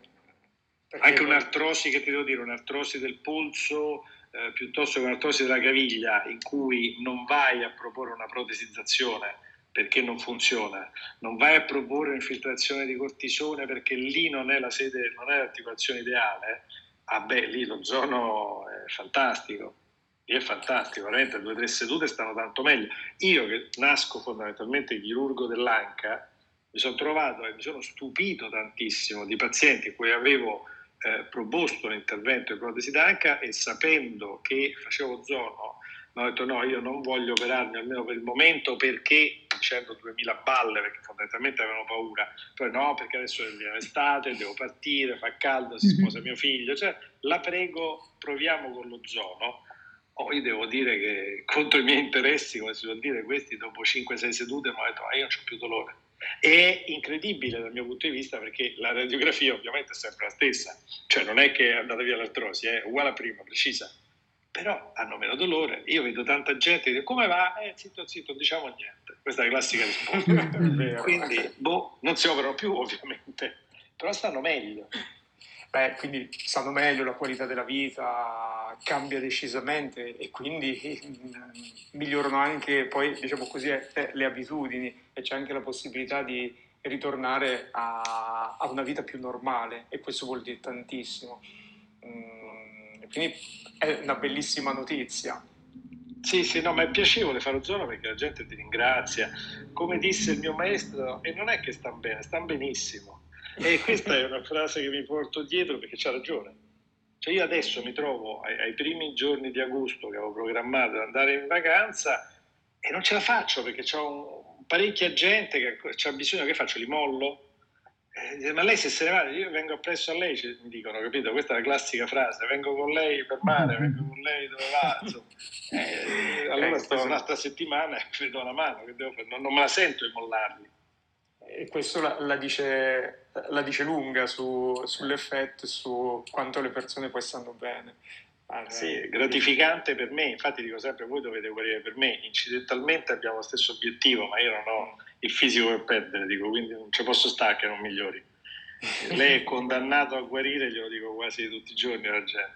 B: Anche un'artrosi, che ti devo dire, un'artrosi del polso piuttosto che un'artrosi della caviglia, in cui non vai a proporre una protesizzazione perché non funziona, non vai a proporre un'infiltrazione di cortisone perché lì non è la sede, non è l'articolazione ideale, lì l'ozono è fantastico. È fantastico, veramente 2 o 3 sedute stanno tanto meglio. Io che nasco fondamentalmente chirurgo dell'anca, mi sono trovato e mi sono stupito tantissimo di pazienti a cui avevo proposto un intervento di protesi d'anca e sapendo che facevo ozono, mi ho detto no, io non voglio operarmi almeno per il momento perché, dicendo 2000 balle, perché fondamentalmente avevano paura, poi no, perché adesso è estate, devo partire, fa caldo, si sposa mio figlio, cioè la prego, proviamo con l'ozono. Io devo dire che contro i miei interessi, come si può dire, questi dopo 5-6 sedute mi hanno detto io non ho più dolore. È incredibile dal mio punto di vista perché la radiografia ovviamente è sempre la stessa, cioè non è che è andata via l'artrosi, è uguale a prima, precisa, però hanno meno dolore. Io vedo tanta gente che dice come va? Zitto, non diciamo niente. Questa è la classica risposta. Quindi, non si operano più ovviamente, però stanno meglio.
D: Quindi stanno meglio, la qualità della vita cambia decisamente e quindi migliorano anche poi, diciamo così, le abitudini e c'è anche la possibilità di ritornare a una vita più normale e questo vuol dire tantissimo. Quindi è una bellissima notizia.
B: Sì, no, ma è piacevole fare ozono perché la gente ti ringrazia. Come disse il mio maestro, e non è che stanno bene, stanno benissimo. E questa è una frase che mi porto dietro perché c'ha ragione. Cioè io adesso mi trovo ai primi giorni di agosto che avevo programmato di andare in vacanza e non ce la faccio perché c'ho parecchia gente che ha bisogno, che faccio? Li mollo? Ma lei se ne va, io vengo appresso a lei, mi dicono, capito? Questa è la classica frase, vengo con lei per mare, vengo con lei dove va, insomma. Allora sto un'altra settimana e vi do la mano, che devo fare? Non me la sento di mollarli.
D: E questo la dice lunga sull'effetto e su quanto le persone poi stanno bene.
B: Sì, gratificante per me, infatti dico sempre voi dovete guarire per me, incidentalmente abbiamo lo stesso obiettivo, ma io non ho il fisico per perdere, dico, quindi non ci posso stare che non migliori. Lei è condannato a guarire, glielo dico quasi tutti i giorni alla gente.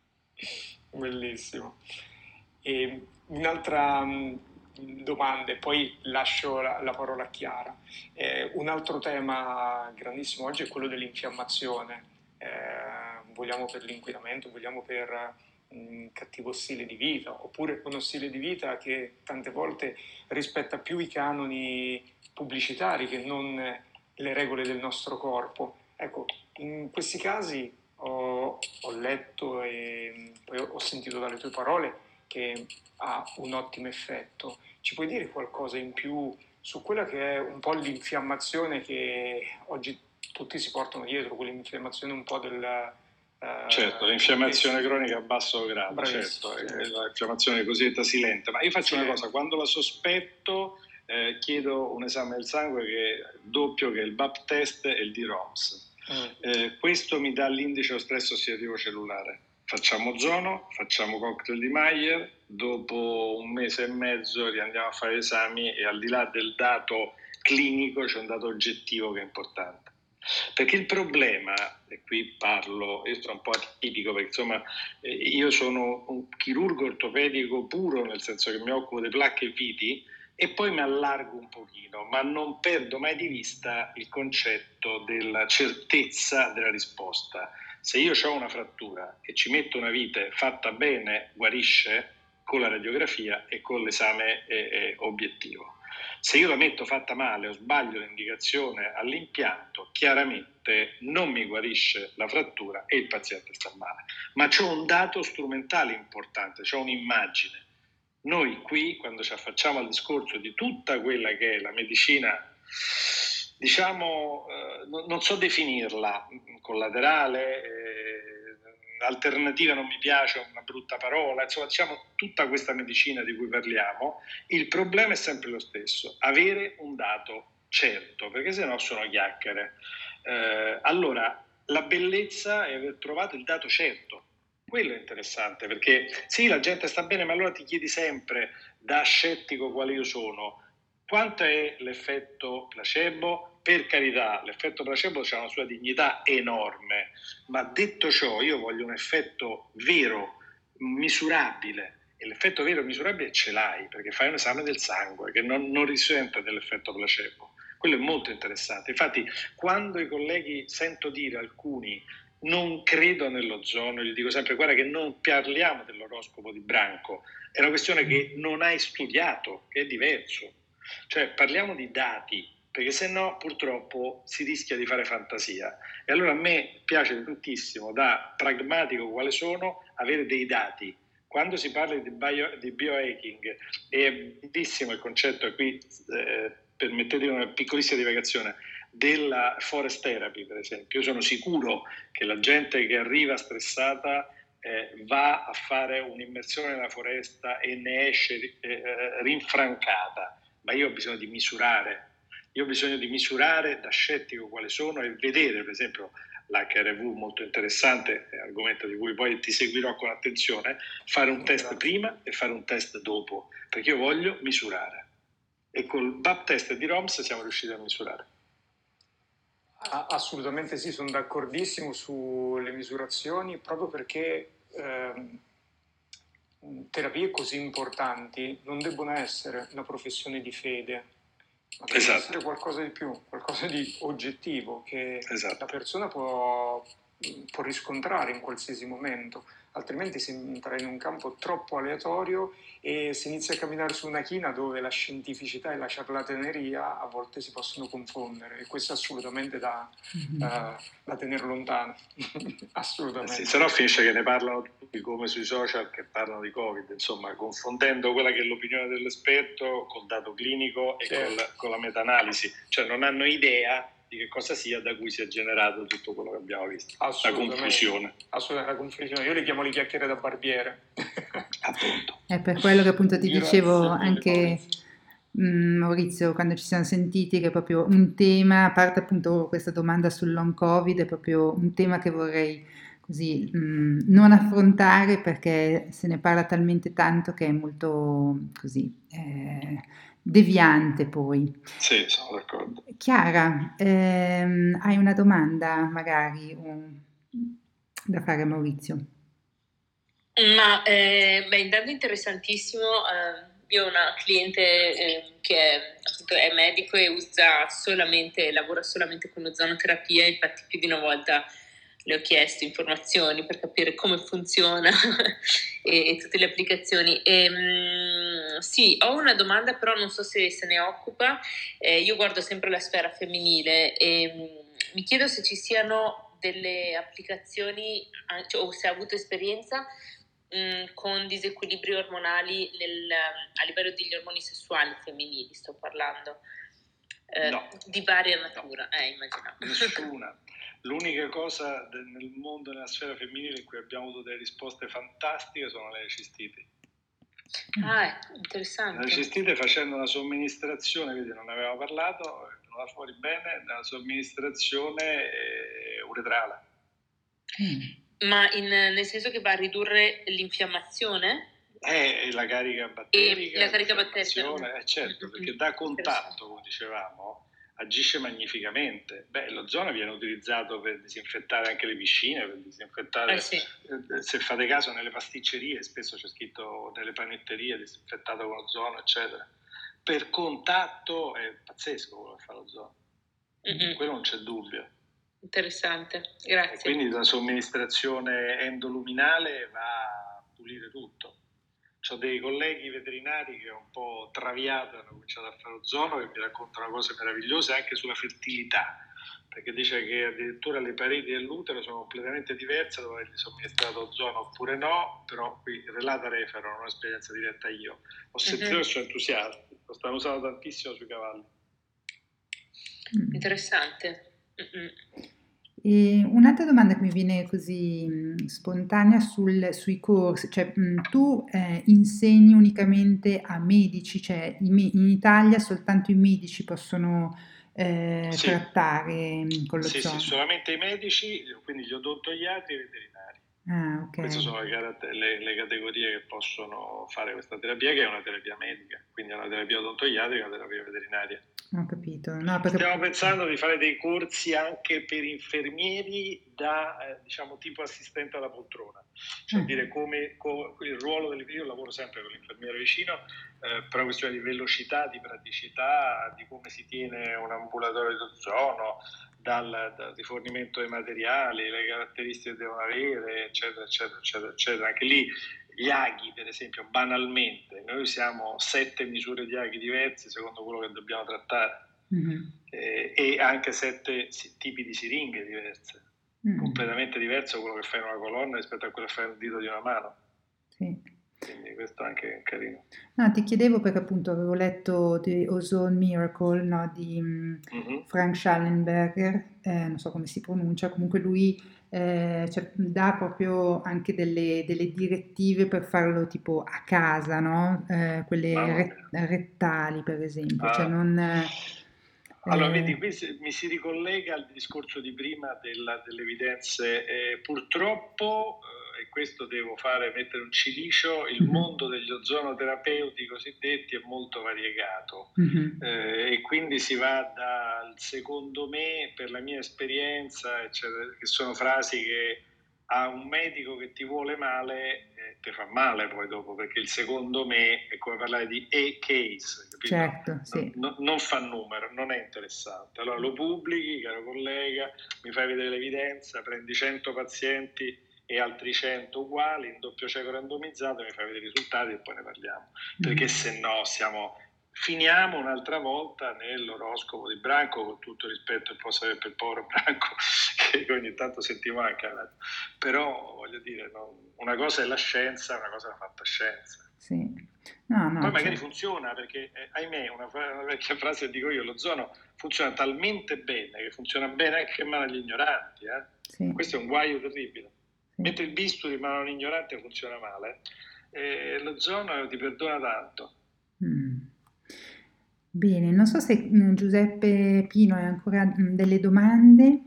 D: Bellissimo. E un'altra domanda, e poi lascio la parola a Chiara. Un altro tema grandissimo oggi è quello dell'infiammazione. Vogliamo per l'inquinamento, vogliamo per cattivo stile di vita, oppure uno stile di vita che tante volte rispetta più i canoni pubblicitari che non le regole del nostro corpo. Ecco, in questi casi ho letto e poi ho sentito dalle tue parole che ha un ottimo effetto. Ci puoi dire qualcosa in più su quella che è un po' l'infiammazione che oggi tutti si portano dietro, quell'infiammazione un po' del...
B: certo, l'infiammazione cronica a basso grado,
D: bravissimo,
B: certo, è l'infiammazione cosiddetta silente. Ma io faccio una cosa, quando la sospetto chiedo un esame del sangue che è doppio, che è il BAP test e il D-ROMS. Questo mi dà l'indice dello stress ossidativo cellulare. facciamo ozono, facciamo cocktail di Mayer, dopo un mese e mezzo riandiamo a fare gli esami e al di là del dato clinico c'è un dato oggettivo che è importante. Perché il problema, e qui parlo, io sono un po' atipico perché insomma io sono un chirurgo ortopedico puro, nel senso che mi occupo di placche e viti e poi mi allargo un pochino, ma non perdo mai di vista il concetto della certezza della risposta. Se io ho una frattura e ci metto una vite fatta bene, guarisce con la radiografia e con l'esame obiettivo. Se io la metto fatta male o sbaglio l'indicazione all'impianto, chiaramente non mi guarisce la frattura e il paziente sta male. Ma c'è un dato strumentale importante, c'è un'immagine. Noi qui, quando ci affacciamo al discorso di tutta quella che è la medicina, diciamo, non so definirla, collaterale, alternativa non mi piace, è una brutta parola, insomma diciamo tutta questa medicina di cui parliamo, il problema è sempre lo stesso, avere un dato certo, perché sennò sono chiacchiere. Allora, la bellezza è aver trovato il dato certo, quello è interessante, perché sì, la gente sta bene, ma allora ti chiedi sempre, da scettico quale io sono, quanto è l'effetto placebo? Per carità, l'effetto placebo ha una sua dignità enorme, ma detto ciò io voglio un effetto vero, misurabile, e l'effetto vero e misurabile ce l'hai, perché fai un esame del sangue che non risente dell'effetto placebo. Quello è molto interessante. Infatti, quando i colleghi sento dire alcuni non credo nell'ozono, gli dico sempre guarda che non parliamo dell'oroscopo di Branco, è una questione che non hai studiato, che è diverso. Cioè parliamo di dati, perché se no purtroppo si rischia di fare fantasia. E allora a me piace tantissimo, da pragmatico quale sono, avere dei dati. Quando si parla di biohacking, è bellissimo il concetto, e qui permettetemi una piccolissima divagazione, della forest therapy per esempio. Io sono sicuro che la gente che arriva stressata va a fare un'immersione nella foresta e ne esce rinfrancata, ma io ho bisogno di misurare. Io ho bisogno di misurare da scettico quali sono e vedere, per esempio, l'HRV molto interessante, argomento di cui poi ti seguirò con attenzione, fare un test prima e fare un test dopo, perché io voglio misurare. E col BAP test di ROMS siamo riusciti a misurare.
D: Assolutamente sì, sono d'accordissimo sulle misurazioni, proprio perché terapie così importanti non debbono essere una professione di fede, ma deve essere qualcosa di più, qualcosa di oggettivo che la persona può riscontrare in qualsiasi momento, altrimenti si entra in un campo troppo aleatorio e si inizia a camminare su una china dove la scientificità e la ciarlataneria a volte si possono confondere, e questo è assolutamente da tenere lontano. Assolutamente.
B: Sì, se no finisce che ne parlano tutti come sui social che parlano di Covid, insomma, confondendo quella che è l'opinione dell'esperto col dato clinico e con la meta-analisi, cioè non hanno idea di che cosa sia da cui si è generato tutto quello che abbiamo visto. La confusione.
D: Assolutamente, la confusione. Io le chiamo le chiacchiere da barbiere.
B: Appunto.
A: È per quello che appunto ti dicevo anche Maurizio, quando ci siamo sentiti, che è proprio un tema, a parte appunto questa domanda sul long covid, è proprio un tema che vorrei così non affrontare, perché se ne parla talmente tanto che è molto così deviante poi.
B: Sì, sono d'accordo.
A: Chiara, hai una domanda magari da fare a Maurizio?
C: Ma intanto interessantissimo. Io ho una cliente che appunto è medico e lavora solamente con ozonoterapia, infatti più di una volta le ho chiesto informazioni per capire come funziona e tutte le applicazioni. Sì, ho una domanda, però non so se ne occupa. Io guardo sempre la sfera femminile e mi chiedo se ci siano delle applicazioni, o se ha avuto esperienza con disequilibri ormonali a livello degli ormoni sessuali femminili, sto parlando.
B: No.
C: Di varia natura, immaginavo.
B: Nessuna. L'unica cosa nel mondo, nella sfera femminile, in cui abbiamo avuto delle risposte fantastiche sono le cistiti.
C: Interessante.
B: Le cistite, facendo una somministrazione, vedi, non ne avevamo parlato, è venuta fuori bene, una somministrazione uretrale.
C: Ma nel senso che va a ridurre l'infiammazione?
B: La carica
C: E
B: batterica,
C: la carica batterica.
B: l'infiammazione, certo, perché da contatto, come dicevamo, agisce magnificamente. L'ozono viene utilizzato per disinfettare anche le piscine, per disinfettare,
C: Sì.
B: Se fate caso, nelle pasticcerie spesso c'è scritto nelle panetterie disinfettato con ozono, eccetera. Per contatto è pazzesco quello che fa l'ozono. Quello non c'è dubbio.
C: Interessante, grazie.
B: E quindi la somministrazione endoluminale va a pulire tutto. Ho dei colleghi veterinari che un po' traviati hanno cominciato a fare ozono, che mi raccontano cose meravigliose anche sulla fertilità, perché dice che addirittura le pareti dell'utero sono completamente diverse dove avergli somministrato ozono oppure no, però qui relata Refero, non ho esperienza diretta io. Ho sentito che sono entusiasti, lo stanno usando tantissimo sui cavalli.
C: Interessante.
A: E un'altra domanda che mi viene così spontanea sui corsi, cioè tu insegni unicamente a medici, cioè in Italia soltanto i medici possono
B: Sì.
A: trattare con l'ozono?
B: Sì, solamente i medici, quindi gli odontoiatri e i veterinari.
A: Ah, ok.
B: Queste sono le categorie che possono fare questa terapia, che è una terapia medica, quindi è una terapia odontoiatrica e una terapia veterinaria.
A: Ho capito. No, perché...
B: Stiamo pensando di fare dei corsi anche per infermieri da, diciamo, tipo assistente alla poltrona, cioè dire come il ruolo io lavoro sempre con l'infermiere vicino, per una questione di velocità, di praticità, di come si tiene un ambulatorio d'ozono, dal rifornimento dei materiali, le caratteristiche che devono avere, eccetera, eccetera, eccetera, eccetera. Anche lì gli aghi, per esempio, banalmente, noi usiamo 7 misure di aghi diverse secondo quello che dobbiamo trattare. E anche 7 tipi di siringhe diverse, completamente diverso quello che fai in una colonna rispetto a quello che fai nel dito di una mano.
A: Sì.
B: Quindi questo anche è carino.
A: No, ti chiedevo perché appunto avevo letto The Ozone Miracle, no, di Frank Schallenberger, non so come si pronuncia, comunque lui cioè, dà proprio anche delle direttive per farlo tipo a casa, no? Quelle rettali per esempio, cioè non...
B: Allora, vedi, qui mi si ricollega al discorso di prima delle evidenze. Purtroppo, e questo devo mettere un cilicio, il mondo degli ozonoterapeuti cosiddetti è molto variegato. E quindi si va dal secondo me, per la mia esperienza, eccetera, che sono frasi che a un medico che ti vuole male ti fa male poi dopo, perché il secondo me è come parlare di case, capito?
A: Certo, sì.
B: Non fa numero, non è interessante. Allora lo pubblichi, caro collega, mi fai vedere l'evidenza, prendi 100 pazienti e altri 100 uguali in doppio cieco randomizzato, mi fai vedere i risultati e poi ne parliamo, perché se no finiamo un'altra volta nell'oroscopo di Branco, con tutto rispetto per il povero Branco, che ogni tanto sentiamo anche a radio. Però voglio dire, una cosa è la scienza, una cosa è la fantascienza.
A: Sì. No,
B: poi magari funziona, perché ahimè, una vecchia frase che dico io, l'ozono funziona talmente bene che funziona bene anche in mano agli ignoranti. Sì. Questo è un guaio terribile. Sì. Mentre il bisturi in mano a un ignorante funziona male, l'ozono ti perdona tanto.
A: Bene, non so se Giuseppe Pino ha ancora delle domande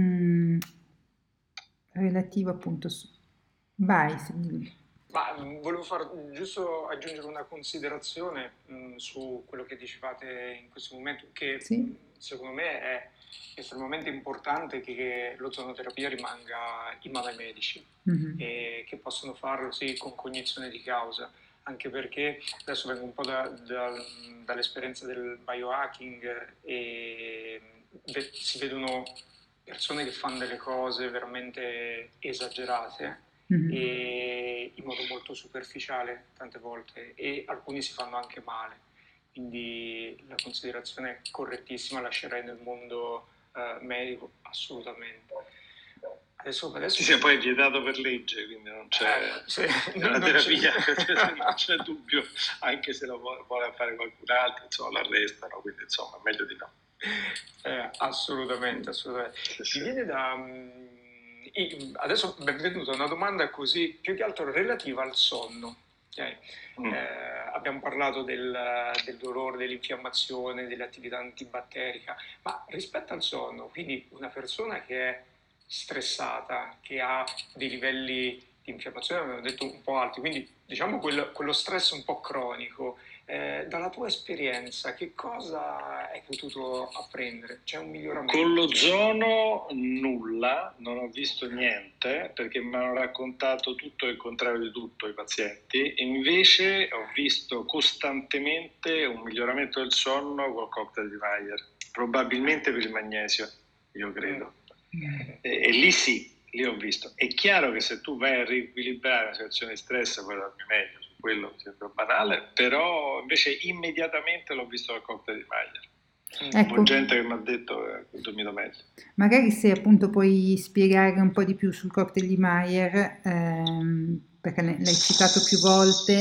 A: relative appunto su... Vai.
D: Ma volevo giusto aggiungere una considerazione su quello che dicevate in questo momento, che secondo me è estremamente importante che l'ozonoterapia rimanga in mano ai medici e che possano farlo con cognizione di causa, anche perché adesso vengo un po' dall'esperienza del biohacking e si vedono persone che fanno delle cose veramente esagerate e in modo molto superficiale tante volte, e alcuni si fanno anche male, quindi la considerazione è correttissima, lascerei nel mondo medico assolutamente. Adesso
B: sì, poi è vietato per legge, quindi non c'è la terapia, non c'è dubbio, anche se lo vuole fare qualcun altro, insomma, l'arrestano, quindi insomma meglio di no.
D: Assolutamente. Mi viene da... adesso mi è venuta una domanda così, più che altro relativa al sonno. Okay? Abbiamo parlato del dolore, dell'infiammazione, dell'attività antibatterica, ma rispetto al sonno, quindi una persona che è stressata, che ha dei livelli di infiammazione, abbiamo detto, un po' alti, quindi diciamo quello stress un po' cronico. Dalla tua esperienza, che cosa hai potuto apprendere? C'è un miglioramento?
B: Con l'ozono nulla, non ho visto niente perché mi hanno raccontato tutto e il contrario di tutto i pazienti. Invece ho visto costantemente un miglioramento del sonno col cocktail di Mayer, probabilmente per il magnesio, io credo. E lì sì, lì ho visto. È chiaro che se tu vai a riequilibrare una situazione di stress puoi dormire meglio, su quello mi sembra banale, però invece immediatamente l'ho visto al cocktail di Mayer.
A: Ecco,
B: Gente che mi ha detto che ho dormito meglio.
A: magari se appunto puoi spiegare un po' di più sul cocktail di Mayer, perché l'hai citato più volte.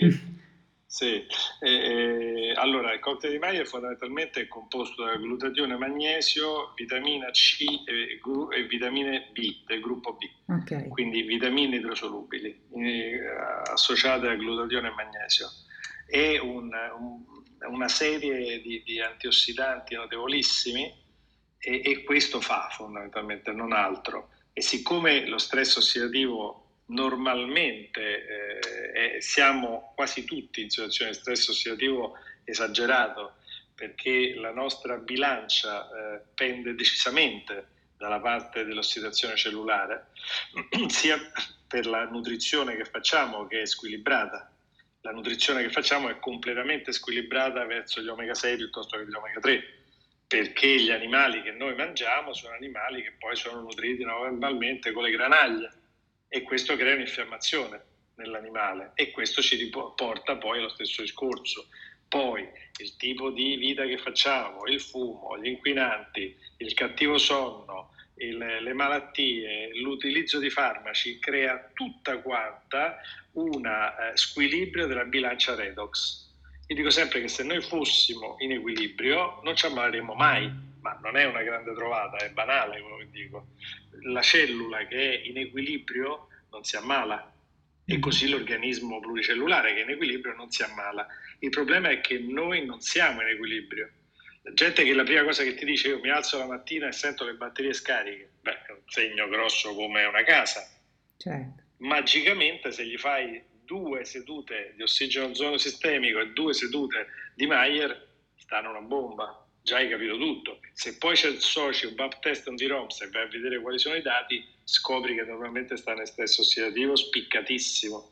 B: Sì. Allora, il cocktail di Mayer fondamentalmente è composto da glutatione, magnesio, vitamina C e vitamine B del gruppo B,
A: Ok.
B: quindi vitamine idrosolubili associate a glutatione e magnesio. E una serie di antiossidanti notevolissimi e questo fa fondamentalmente, non altro. E siccome lo stress ossidativo normalmente siamo quasi tutti in situazione di stress ossidativo esagerato, perché la nostra bilancia pende decisamente dalla parte dell'ossidazione cellulare, sia per la nutrizione che facciamo, che è squilibrata. La nutrizione che facciamo è completamente squilibrata verso gli omega 6 piuttosto che gli omega 3, perché gli animali che noi mangiamo sono animali che poi sono nutriti normalmente con le granaglie e questo crea un'infiammazione nell'animale e questo ci porta poi allo stesso discorso. Poi il tipo di vita che facciamo, il fumo, gli inquinanti, il cattivo sonno, le malattie, l'utilizzo di farmaci crea tutta quanta una squilibrio della bilancia redox. Io dico sempre che se noi fossimo in equilibrio non ci ammaleremmo mai, ma non è una grande trovata, è banale quello che dico. La cellula che è in equilibrio non si ammala e così l'organismo pluricellulare che è in equilibrio non si ammala. Il problema è che noi non siamo in equilibrio. La gente che la prima cosa che ti dice io mi alzo la mattina e sento le batterie scariche, beh, è un segno grosso come una casa.
A: Certo.
B: Magicamente se gli fai 2 sedute di ossigeno ozono sistemico e 2 sedute di Mayer, stanno una bomba. Già hai capito tutto. Se poi c'è il socio, un BAP test, un DROMS e vai a vedere quali sono i dati, scopri che normalmente sta nel stress ossidativo spiccatissimo.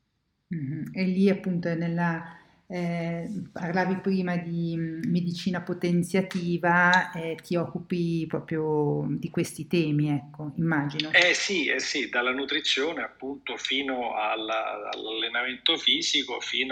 A: E lì appunto parlavi prima di medicina potenziativa e ti occupi proprio di questi temi, ecco, immagino.
B: Sì, dalla nutrizione appunto fino all'allenamento fisico, fino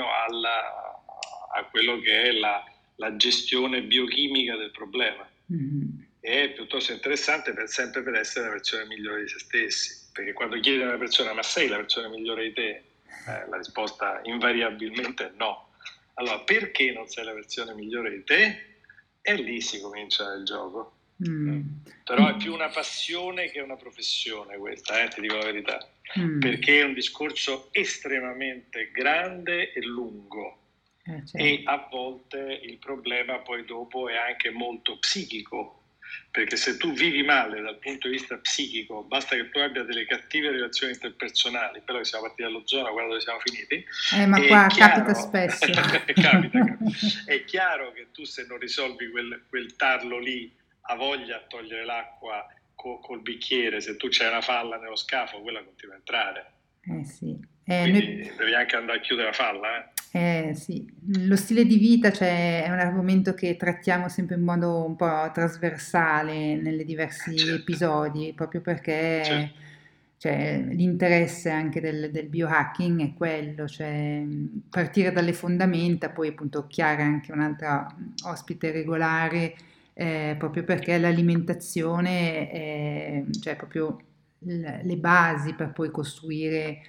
B: a quello che è la gestione biochimica del problema. È piuttosto interessante sempre per essere la versione migliore di se stessi, perché quando chiedi a una persona ma sei la versione migliore di te? La risposta invariabilmente è no. Allora, perché non sei la versione migliore di te? E lì si comincia il gioco. Però è più una passione che una professione questa, ti dico la verità, perché è un discorso estremamente grande e lungo.
A: Certo.
B: E a volte il problema poi dopo è anche molto psichico, perché se tu vivi male dal punto di vista psichico, basta che tu abbia delle cattive relazioni interpersonali, però che siamo partiti dall'ozono, guarda dove siamo finiti.
A: Ma qua capita spesso.
B: capita. È chiaro che tu se non risolvi quel tarlo lì, ha voglia a togliere l'acqua col bicchiere, se tu c'hai una falla nello scafo, quella continua a entrare.
A: Sì.
B: Quindi devi anche andare a chiudere la falla,
A: sì, lo stile di vita, cioè, è un argomento che trattiamo sempre in modo un po' trasversale nelle diversi episodi, proprio perché cioè, l'interesse anche del biohacking è quello, cioè partire dalle fondamenta, poi appunto Chiara è anche un'altra ospite regolare, proprio perché l'alimentazione è cioè, proprio le basi per poi costruire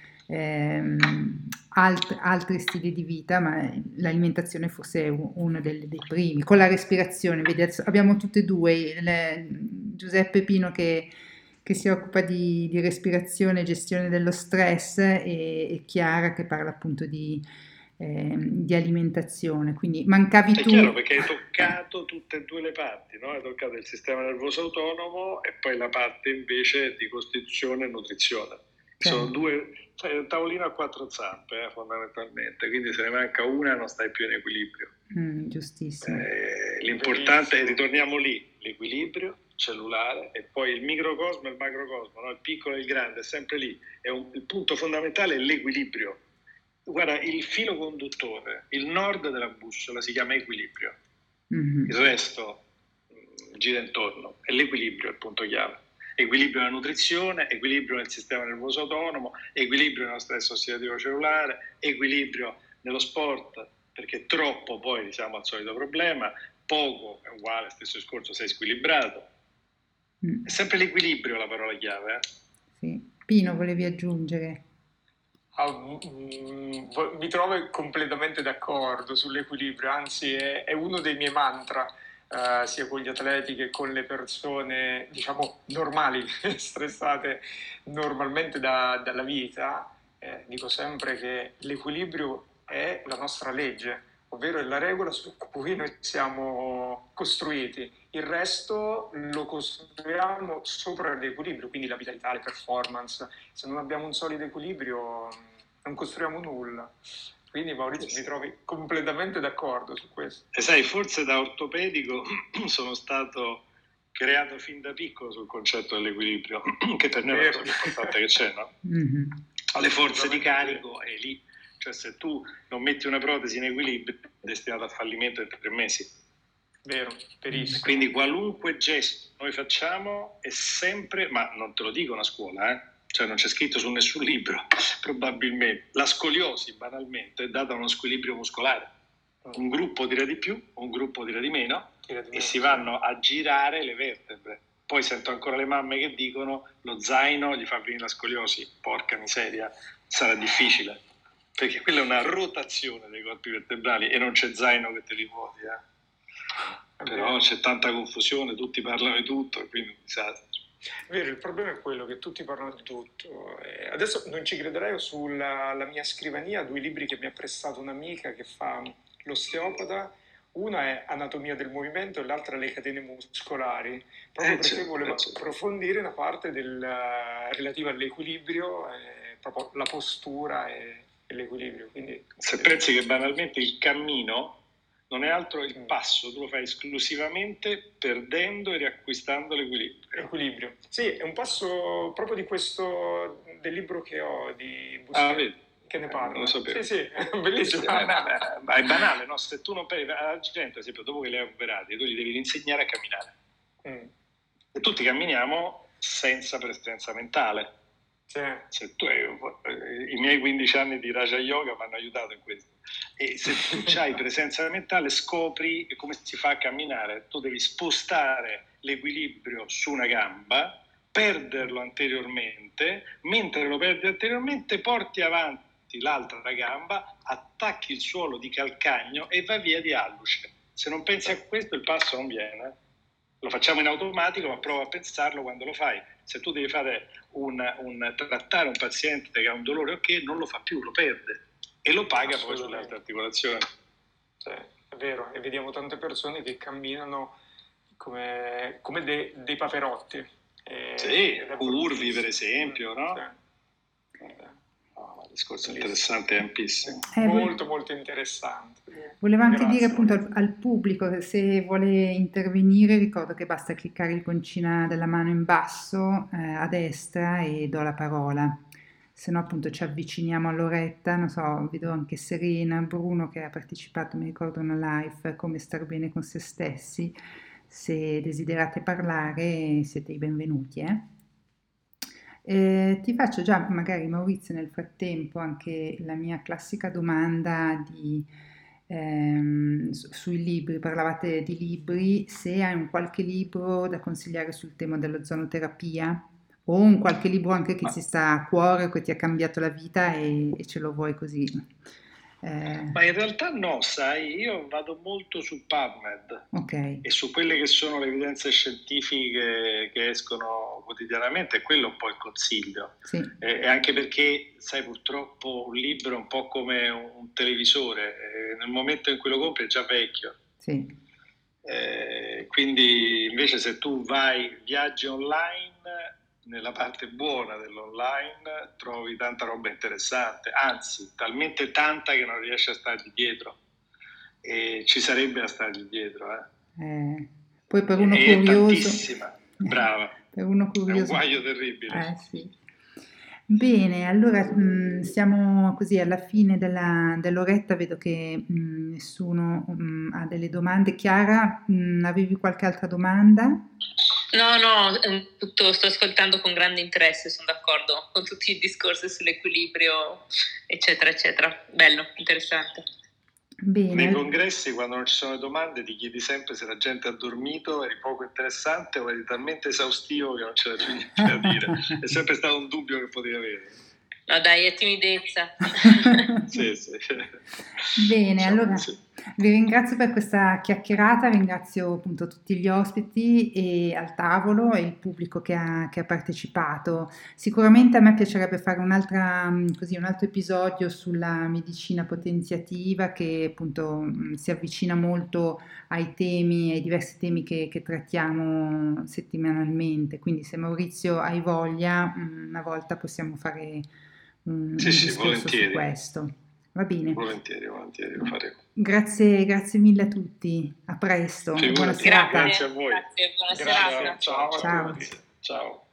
A: altri stili di vita, ma l'alimentazione forse è uno dei primi. Con la respirazione, vedi, abbiamo tutte e due, Giuseppe Pino che si occupa di respirazione e gestione dello stress e Chiara che parla appunto di di alimentazione, quindi mancavi
B: È
A: tu.
B: chiaro perché hai toccato tutte e due le parti, no? Hai toccato il sistema nervoso autonomo e poi la parte invece di costituzione e nutrizione. Sono
A: Certo.
B: due, cioè un tavolino a quattro zampe fondamentalmente, quindi se ne manca una non stai più in equilibrio.
A: Giustissimo.
B: L'importante è, ritorniamo lì, l'equilibrio cellulare e poi il microcosmo e il macrocosmo, no? Il piccolo e il grande, è sempre lì. Il punto fondamentale è l'equilibrio. Guarda, il filo conduttore, il nord della bussola si chiama equilibrio, il resto gira intorno, è l'equilibrio il punto chiave. Equilibrio nella nutrizione, equilibrio nel sistema nervoso autonomo, equilibrio nello stress ossidativo cellulare, equilibrio nello sport, perché troppo poi siamo al solito problema, poco è uguale, stesso discorso, sei squilibrato. È sempre l'equilibrio la parola chiave.
A: Sì. Pino, volevi aggiungere?
D: Mi trovo completamente d'accordo sull'equilibrio, anzi è uno dei miei mantra, sia con gli atleti che con le persone, diciamo, normali, stressate normalmente dalla vita. Dico sempre che l'equilibrio è la nostra legge, ovvero è la regola su cui noi siamo costruiti. Il resto lo costruiamo sopra l'equilibrio, quindi la vitalità, le performance. Se non abbiamo un solido equilibrio non costruiamo nulla. Quindi Maurizio, mi trovi completamente d'accordo su questo.
B: E sai, forse da ortopedico sono stato creato fin da piccolo sul concetto dell'equilibrio, che per noi è la cosa più importante che c'è, no? Le forze di carico è lì. Cioè se tu non metti una protesi in equilibrio è destinato a fallimento entro 3 mesi.
D: Vero, verissimo.
B: Quindi qualunque gesto noi facciamo è sempre, ma non te lo dicono a scuola, cioè non c'è scritto su nessun libro, probabilmente. La scoliosi banalmente è data da uno squilibrio muscolare. Un gruppo tira di più, un gruppo tira di meno e si vanno a girare le vertebre. Poi sento ancora le mamme che dicono lo zaino gli fa venire la scoliosi. Porca miseria, sarà difficile. Perché quella è una rotazione dei corpi vertebrali e non c'è zaino che te li vuoti. Però c'è tanta confusione, tutti parlano di tutto, quindi è un disastro.
D: Vero, il problema è quello che tutti parlano di tutto. Adesso non ci crederei, sulla mia scrivania 2 libri che mi ha prestato un'amica che fa l'osteopata. Una è Anatomia del movimento e l'altra Le catene muscolari, proprio perché volevo approfondire una parte relativa all'equilibrio, proprio la postura e l'equilibrio. Quindi,
B: se pensi che banalmente il cammino non è altro il passo, tu lo fai esclusivamente perdendo e riacquistando l'equilibrio.
D: Sì, è un passo proprio di questo, del libro che ho di Busquet, che ne parla.
B: Non lo sapevo.
D: Sì, è bellissimo.
B: Ma è banale, no? Se tu non prendi la gente, ad esempio, dopo che li hai operati, tu gli devi insegnare a camminare. E tutti camminiamo senza presenza mentale.
D: Sì.
B: Se tu i miei 15 anni di Raja Yoga mi hanno aiutato in questo. E se tu hai presenza mentale scopri come si fa a camminare. Tu devi spostare l'equilibrio su una gamba, perderlo anteriormente, mentre lo perdi anteriormente porti avanti l'altra gamba, attacchi il suolo di calcagno e vai via di alluce. Se non pensi a questo il passo non viene. Lo facciamo in automatico, ma prova a pensarlo quando lo fai. Se tu devi fare trattare un paziente che ha un dolore o che non lo fa più, lo perde e lo paga poi sulle altre articolazioni.
D: Sì, è vero, e vediamo tante persone che camminano come dei paperotti.
B: Sì, curvi per esempio, no?
D: Sì.
B: Il discorso interessante e ampissimo.
D: Molto molto interessante.
A: Volevo anche dire appunto al pubblico che se vuole intervenire ricordo che basta cliccare l'iconcina della mano in basso a destra e do la parola. Se no appunto ci avviciniamo all'oretta, non so, vedo anche Serena, Bruno che ha partecipato, mi ricordo, a una live, come star bene con se stessi. Se desiderate parlare siete i benvenuti. Ti faccio già magari, Maurizio, nel frattempo anche la mia classica domanda sui libri. Parlavate di libri, se hai un qualche libro da consigliare sul tema dell'ozonoterapia o un qualche libro anche che ti sta a cuore o che ti ha cambiato la vita e ce lo vuoi così
B: Ma in realtà no, sai, io vado molto su PubMed
A: Ok,
B: e su quelle che sono le evidenze scientifiche che escono quotidianamente, e quello è un po' il consiglio.
A: sì,
B: E anche perché, sai, purtroppo un libro è un po' come un televisore, nel momento in cui lo compri è già vecchio.
A: sì.
B: Quindi invece se tu viaggi online, nella parte buona dell'online trovi tanta roba interessante, anzi talmente tanta che non riesci a stargli dietro, e ci sarebbe da stargli dietro,
A: Poi per uno
B: è
A: curioso,
B: tantissima, brava,
A: per uno
B: è un
A: curioso,
B: guaio terribile.
A: sì. Bene, allora siamo così alla fine dell'oretta, vedo che nessuno ha delle domande. Chiara, avevi qualche altra domanda?
C: No, sto ascoltando con grande interesse, sono d'accordo con tutti i discorsi sull'equilibrio, eccetera, eccetera. Bello, interessante.
A: Bene.
B: Nei congressi, quando non ci sono domande, ti chiedi sempre se la gente ha dormito, eri poco interessante o eri talmente esaustivo che non c'era più niente da dire. È sempre stato un dubbio che potevi avere.
C: No dai, è timidezza.
B: Sì.
A: Bene, allora
B: Sì.
A: vi ringrazio per questa chiacchierata, ringrazio appunto tutti gli ospiti e al tavolo e il pubblico che ha partecipato. Sicuramente a me piacerebbe fare un altro episodio sulla medicina potenziativa che appunto si avvicina molto ai diversi temi che trattiamo settimanalmente. Quindi se Maurizio hai voglia, una volta possiamo fare un discorso
B: volentieri.
A: su questo. Va bene.
B: Volentieri, lo faremo.
A: Grazie mille a tutti. A presto. Buona serata.
B: Grazie a voi.
C: Grazie, buona serata.
B: Ciao.
A: Ciao.
B: Ciao.